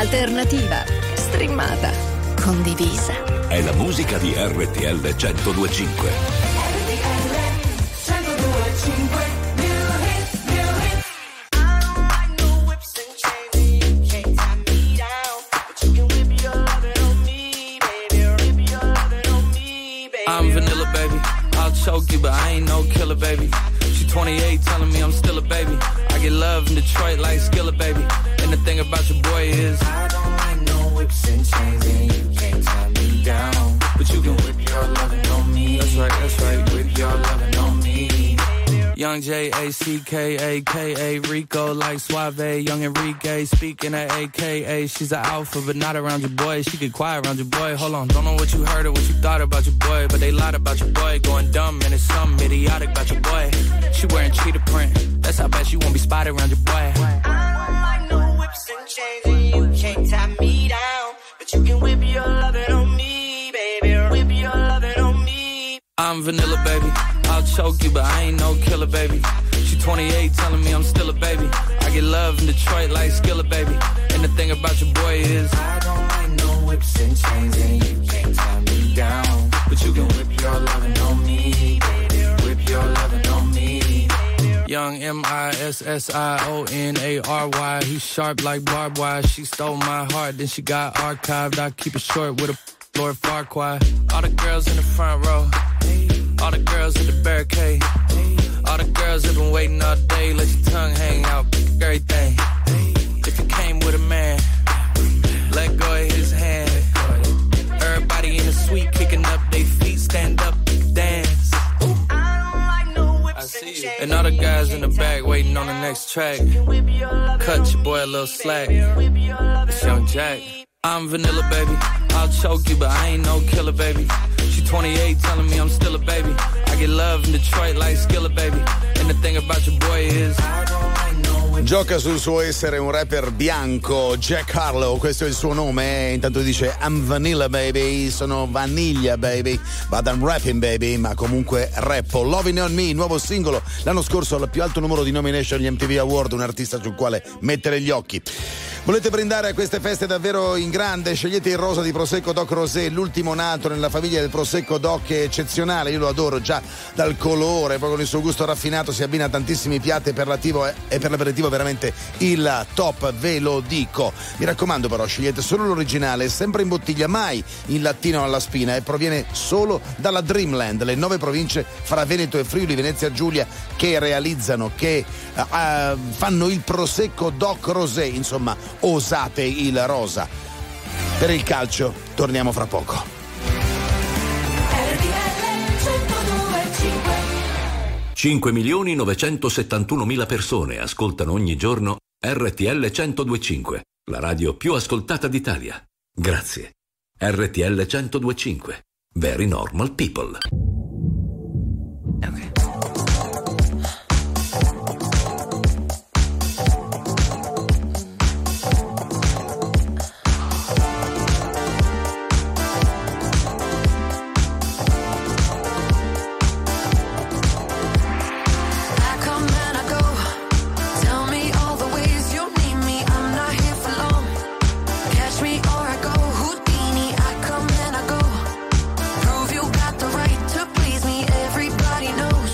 alternativa, streamata, condivisa. È la musica di R T L centodue e cinque. I'm vanilla, baby. I'll choke you, but I ain't no killer, baby. She twenty-eight, telling me I'm still a baby. I get love in Detroit like Skillet, baby. And the thing about your boy is I don't like no whips and chains, and you can't tie me down. But you can whip your lovin' on me. That's right, that's right. Whip your lovin' on me. Young J A C K A K A Rico like Suave. Young Enrique speaking at A K A. She's an alpha but not around your boy. She get quiet around your boy. Hold on, don't know what you heard or what you thought about your boy, but they lied about your boy. Going dumb and it's something idiotic about your boy. She wearing cheetah print. That's how bad she won't be spotted around your boy. I don't like no whips and chains, and you can't tie me down. But you can whip your lovin' on me, baby. Whip your lovin' on me. I'm vanilla, baby. I'll choke you, but I ain't no killer, baby. She twenty-eight, telling me I'm still a baby. I get love in Detroit like Skillet, baby. And the thing about your boy is I don't like no whips and chains, and you can't tie me down. But you can whip your lovin' on me, baby. Whip your lovin' on me. Young M I S S I O N A R Y. He's sharp like barbed wire. She stole my heart, then she got archived. I keep it short with a Lord Farquaad. All the girls in the front row, all the girls at the barricade, all the girls have been waiting all day. Let your tongue hang out, everything. If you came with a man, let go of his hand. Everybody in the suite kicking up their feet, stand up, dance. I see you. And all the guys in the back waiting on the next track. Cut your boy a little slack. It's Young Jack. I'm vanilla, baby. I'll choke you, but I ain't no killer, baby. She twenty-eight, telling me I'm still a baby. I get love in Detroit like Skillet, baby. And the thing about your boy is I don't like no. Gioca sul suo essere un rapper bianco, Jack Harlow, questo è il suo nome, eh? Intanto dice I'm vanilla baby, sono vaniglia baby, but I'm rapping baby, ma comunque rappo. Loving on Me, nuovo singolo, l'anno scorso al più alto numero di nomination agli M T V Award, un artista sul quale mettere gli occhi. Volete brindare a queste feste davvero in grande? Scegliete il rosa di Prosecco Doc Rosé, l'ultimo nato nella famiglia del Prosecco Doc, è eccezionale, io lo adoro già dal colore, poi con il suo gusto raffinato si abbina a tantissimi piatti e per l'aperitivo, e per l'aperitivo veramente il top, ve lo dico. Mi raccomando però, scegliete solo l'originale, sempre in bottiglia, mai in lattino alla spina, e proviene solo dalla Dreamland, le nove province fra Veneto e Friuli Venezia Giulia che realizzano, che uh, fanno il Prosecco Doc Rosé, insomma osate il rosa. Per il calcio torniamo fra poco. cinque milioni novecentosettantunomila persone ascoltano ogni giorno R T L centodue e cinque, la radio più ascoltata d'Italia. Grazie. R T L centodue e cinque. Very normal people. Prove you got the right to please me. Everybody knows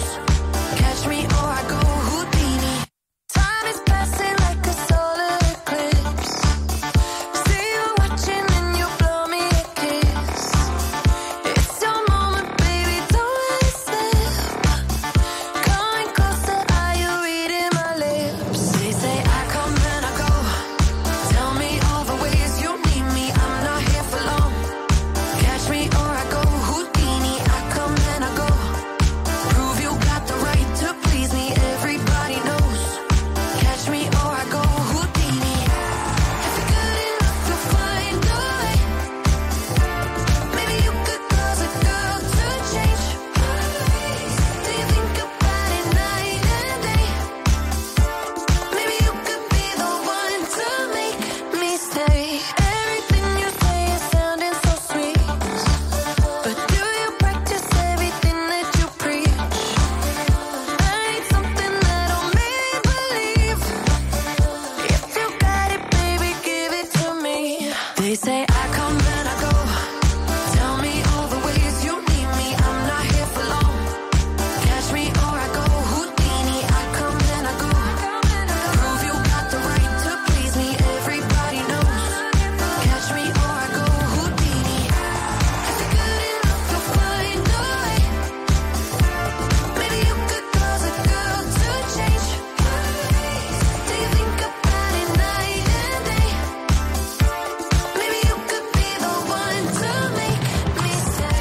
say I come then I go. Tell me all the ways you need me. I'm not here for long. Catch me or I go. Houdini, I come then I go. Prove you got the right to please me. Everybody knows. Catch me or I go. Houdini. If you're good enough, you'll find a way. Maybe you could cause a girl to change. Do you think about it night and day? Maybe you could be the one to make me stay.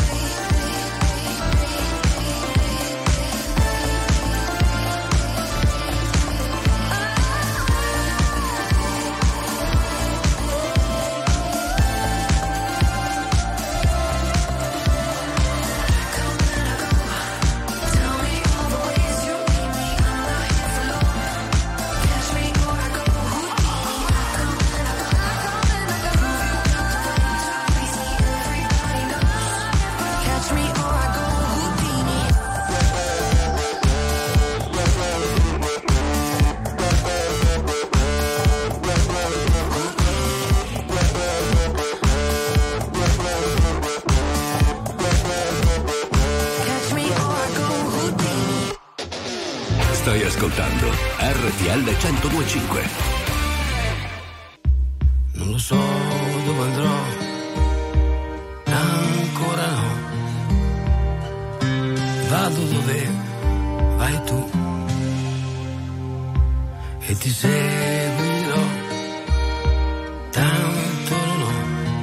Tell me all the ways you need me. I'm not here for long. Catch me or I go. Houdini, I come and I go. Prove you got the right to please me. Everybody knows. Catch me or I go. Houdini. Catch me or I go. Houdini. Stai ascoltando R T L centodue e cinque. Non lo so dove andrò, ancora no. Vado dove vai tu e ti seguirò, tanto non ho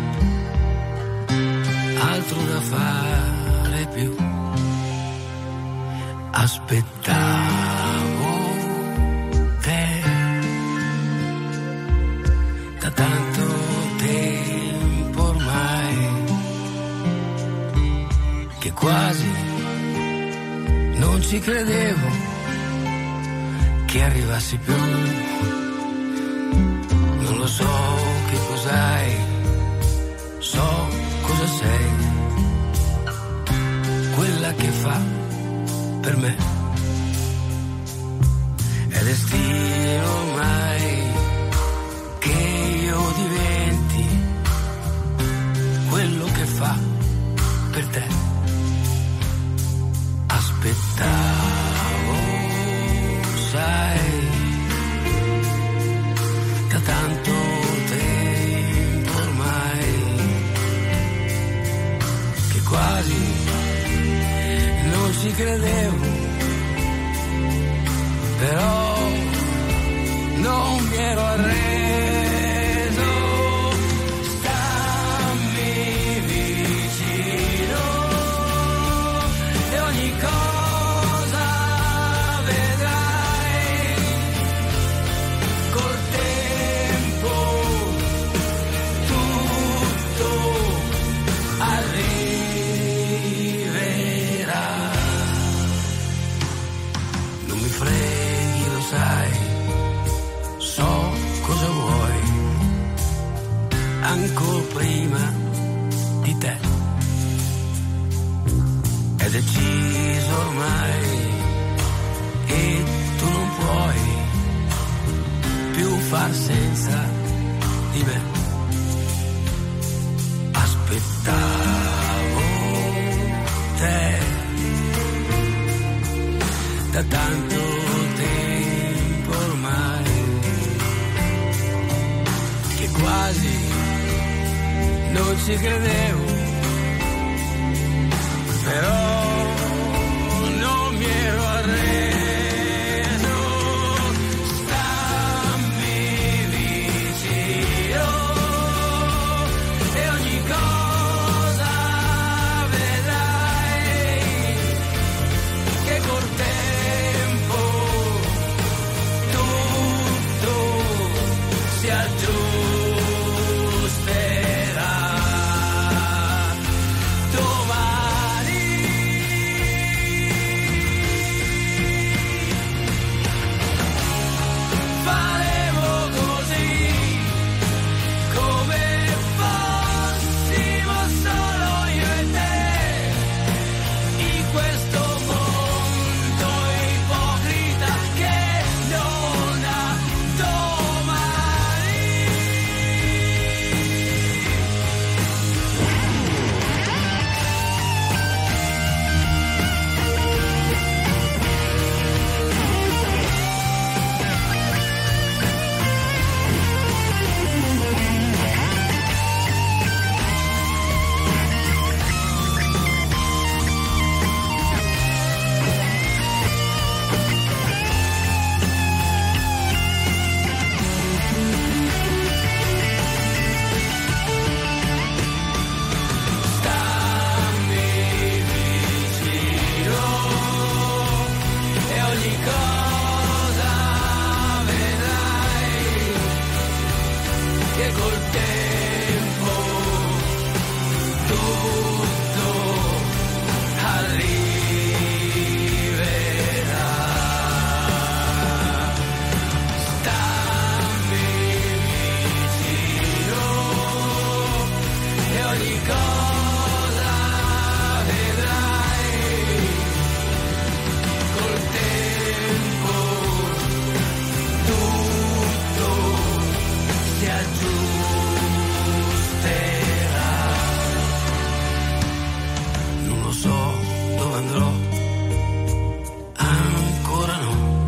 altro da fare più. Aspettavo te da tanto tempo ormai che quasi non ci credevo che arrivassi più. Non lo so che cos'hai, so cosa sei, quella che fa per me. È destino ormai che io diventi quello che fa per te. Aspettavo, sai, da tanto tempo ormai che quasi non ci credevo, però non mi ero arreso. Stammi vicino e ogni cosa vedrai col tempo, tutto arriverà. Non mi freghi, lo sai, so cosa vuoi, ancora prima di te. È deciso ormai e tu non puoi più far senza di me. Aspettavo te da tanto tempo ormai che quasi non ci credevo, però non mi ero arreso. Stammi vicino e ogni cosa vedrai che col tempo tutto si aggiusterà. Domani tempo tutto arriverà. Stammi vicino e ogni cosa vedrai. Col tempo tutto si aggiusterà. Non lo so dove andrò, ancora no.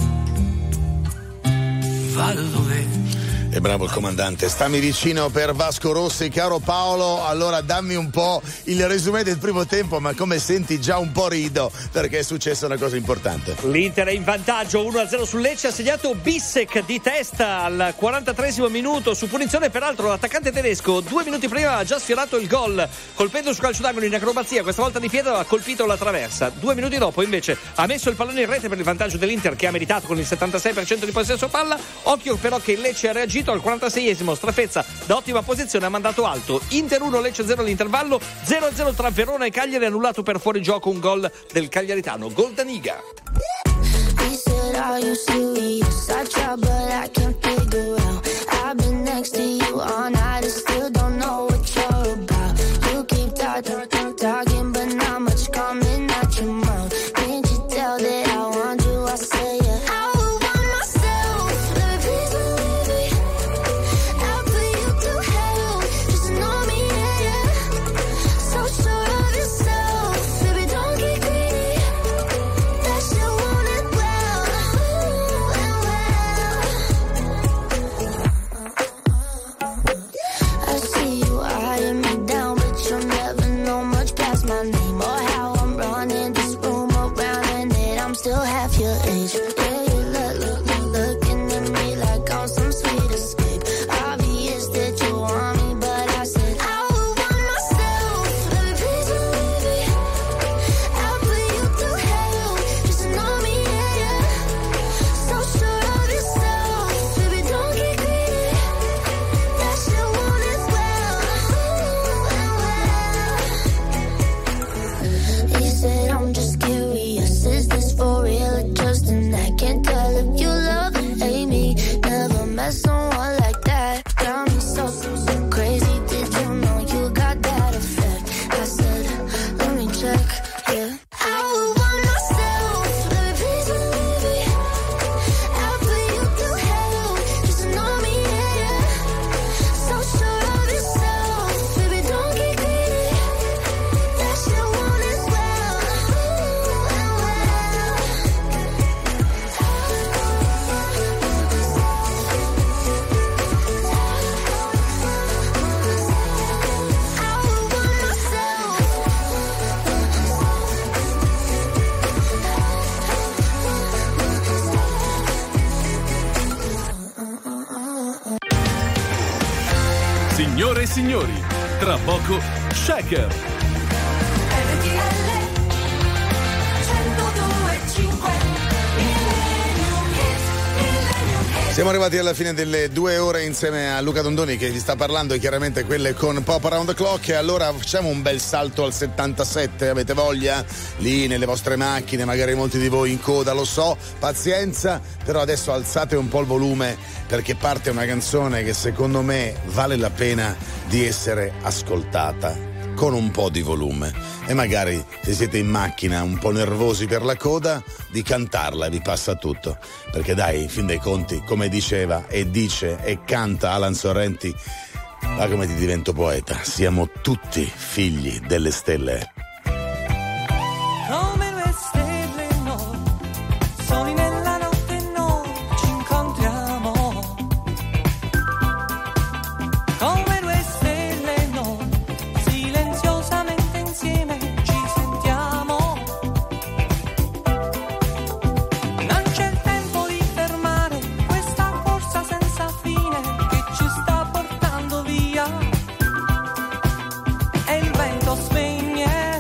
Vado dove E bravo il comandante, stammi vicino per Vasco Rossi. Caro Paolo, allora dammi un po' il resumé del primo tempo, ma come senti già un po' rido perché è successa una cosa importante. L'Inter è in vantaggio uno a zero sul Lecce, ha segnato Bissek di testa al quarantatreesimo minuto su punizione. Peraltro l'attaccante tedesco due minuti prima ha già sfiorato il gol colpendo su calcio d'angolo in acrobazia, questa volta di piede ha colpito la traversa. Due minuti dopo invece ha messo il pallone in rete per il vantaggio dell'Inter, che ha meritato con il settantasei per cento di possesso palla. Occhio però che il Lecce ha reagito al quarantaseiesimo, Strafezza da ottima posizione ha mandato alto. Inter uno, Lecce zero all'intervallo, zero a zero tra Verona e Cagliari, annullato per fuorigioco un gol del cagliaritano Goldaniga. He said, are you serious? I try but I can't figure out. I've been next to you all night, I still don't know what you're about. You keep talking, talking, but not much coming out your mouth. Can't you tell that I want you? I say yeah. I would want myself, let me please believe it. I'll put you through hell, just know me, yeah, yeah. So sure of yourself, baby, don't get greedy. That shit want it well, well. I see you eyeing me down, but you'll never know much past my name or how I'm running this room around, and that I'm still half your age. Yeah, you look, look, look, looking at me like I'm some sweet escape. Obvious that you want me, but I said I would want myself. Let me please believe it. I'll put you through hell, just know me, yeah, yeah. So sure of yourself, baby, don't get greedy. That shit want it well, well. He said I'm just curious, is this for real or just an act? Can't tell if you love or hate me. Never met someone like that. Got me so, so, so crazy. Did you know you got that effect? I said, let me check, yeah. I would want myself, let me please believe it. I'll put you through hell, just know me, yeah, yeah. So sure of yourself, baby, don't get greedy. That shit want it well, well, well. Signore e signori, tra poco Shaker. Siamo arrivati alla fine delle due ore insieme a Luca Dondoni che vi sta parlando, e chiaramente quelle con Pop Around the Clock. E allora facciamo un bel salto al settantasette, avete voglia? Lì nelle vostre macchine, magari molti di voi in coda, lo so, pazienza, però adesso alzate un po' il volume perché parte una canzone che secondo me vale la pena di essere ascoltata con un po' di volume, e magari se siete in macchina un po' nervosi per la coda, di cantarla e vi passa tutto, perché dai, in fin dei conti, come diceva e dice e canta Alan Sorrenti, ma come ti divento poeta, siamo tutti figli delle stelle. Come due stelle noi, soli nella notte noi ci incontriamo. Come due stelle noi, silenziosamente insieme ci sentiamo. Non c'è il tempo di fermare questa corsa senza fine che ci sta portando via. E il vento spegne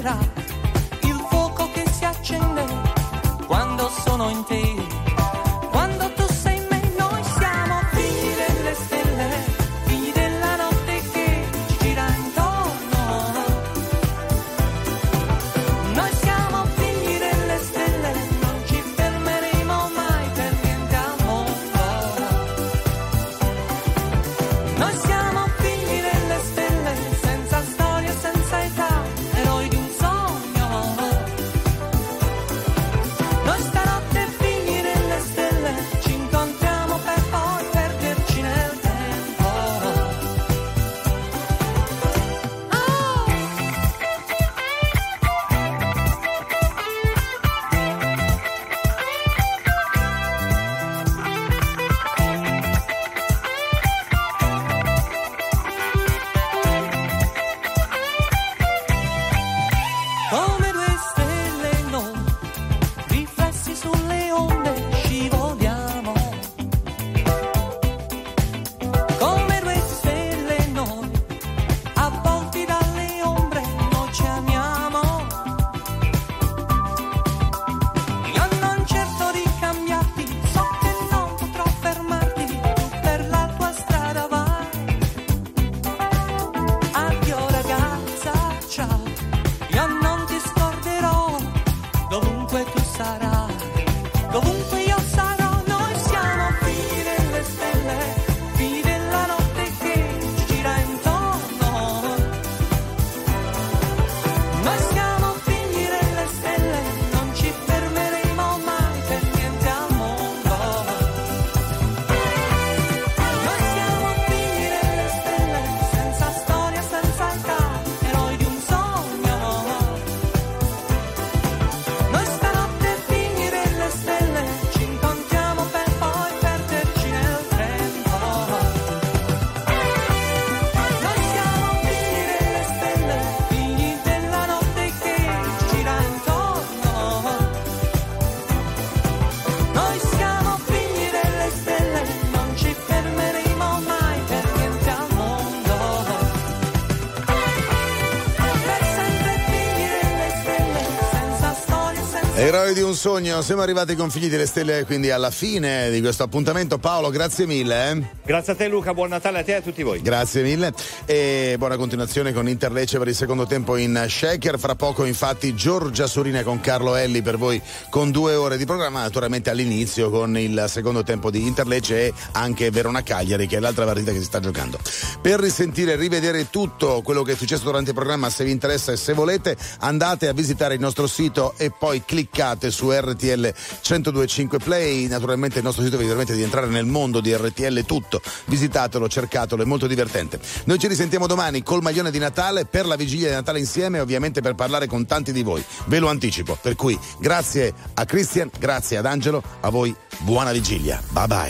Eroi di un sogno, siamo arrivati con Figli delle Stelle quindi alla fine di questo appuntamento. Paolo, grazie mille. Eh? Grazie a te Luca, buon Natale a te e a tutti voi. Grazie mille e buona continuazione con Inter Lecce per il secondo tempo in shaker. Fra poco infatti Giorgia Surina con Carlo Elli per voi con due ore di programma, naturalmente all'inizio con il secondo tempo di Inter Lecce e anche Verona Cagliari che è l'altra partita che si sta giocando. Per risentire e rivedere tutto quello che è successo durante il programma, se vi interessa e se volete andate a visitare il nostro sito e poi cliccate Cliccate su R T L centodue e cinque Play, naturalmente il nostro sito vi permette di entrare nel mondo di R T L tutto, visitatelo, cercatelo, è molto divertente. Noi ci risentiamo domani col maglione di Natale per la vigilia di Natale insieme, ovviamente per parlare con tanti di voi, ve lo anticipo, per cui grazie a Christian, grazie ad Angelo, a voi buona vigilia, bye bye.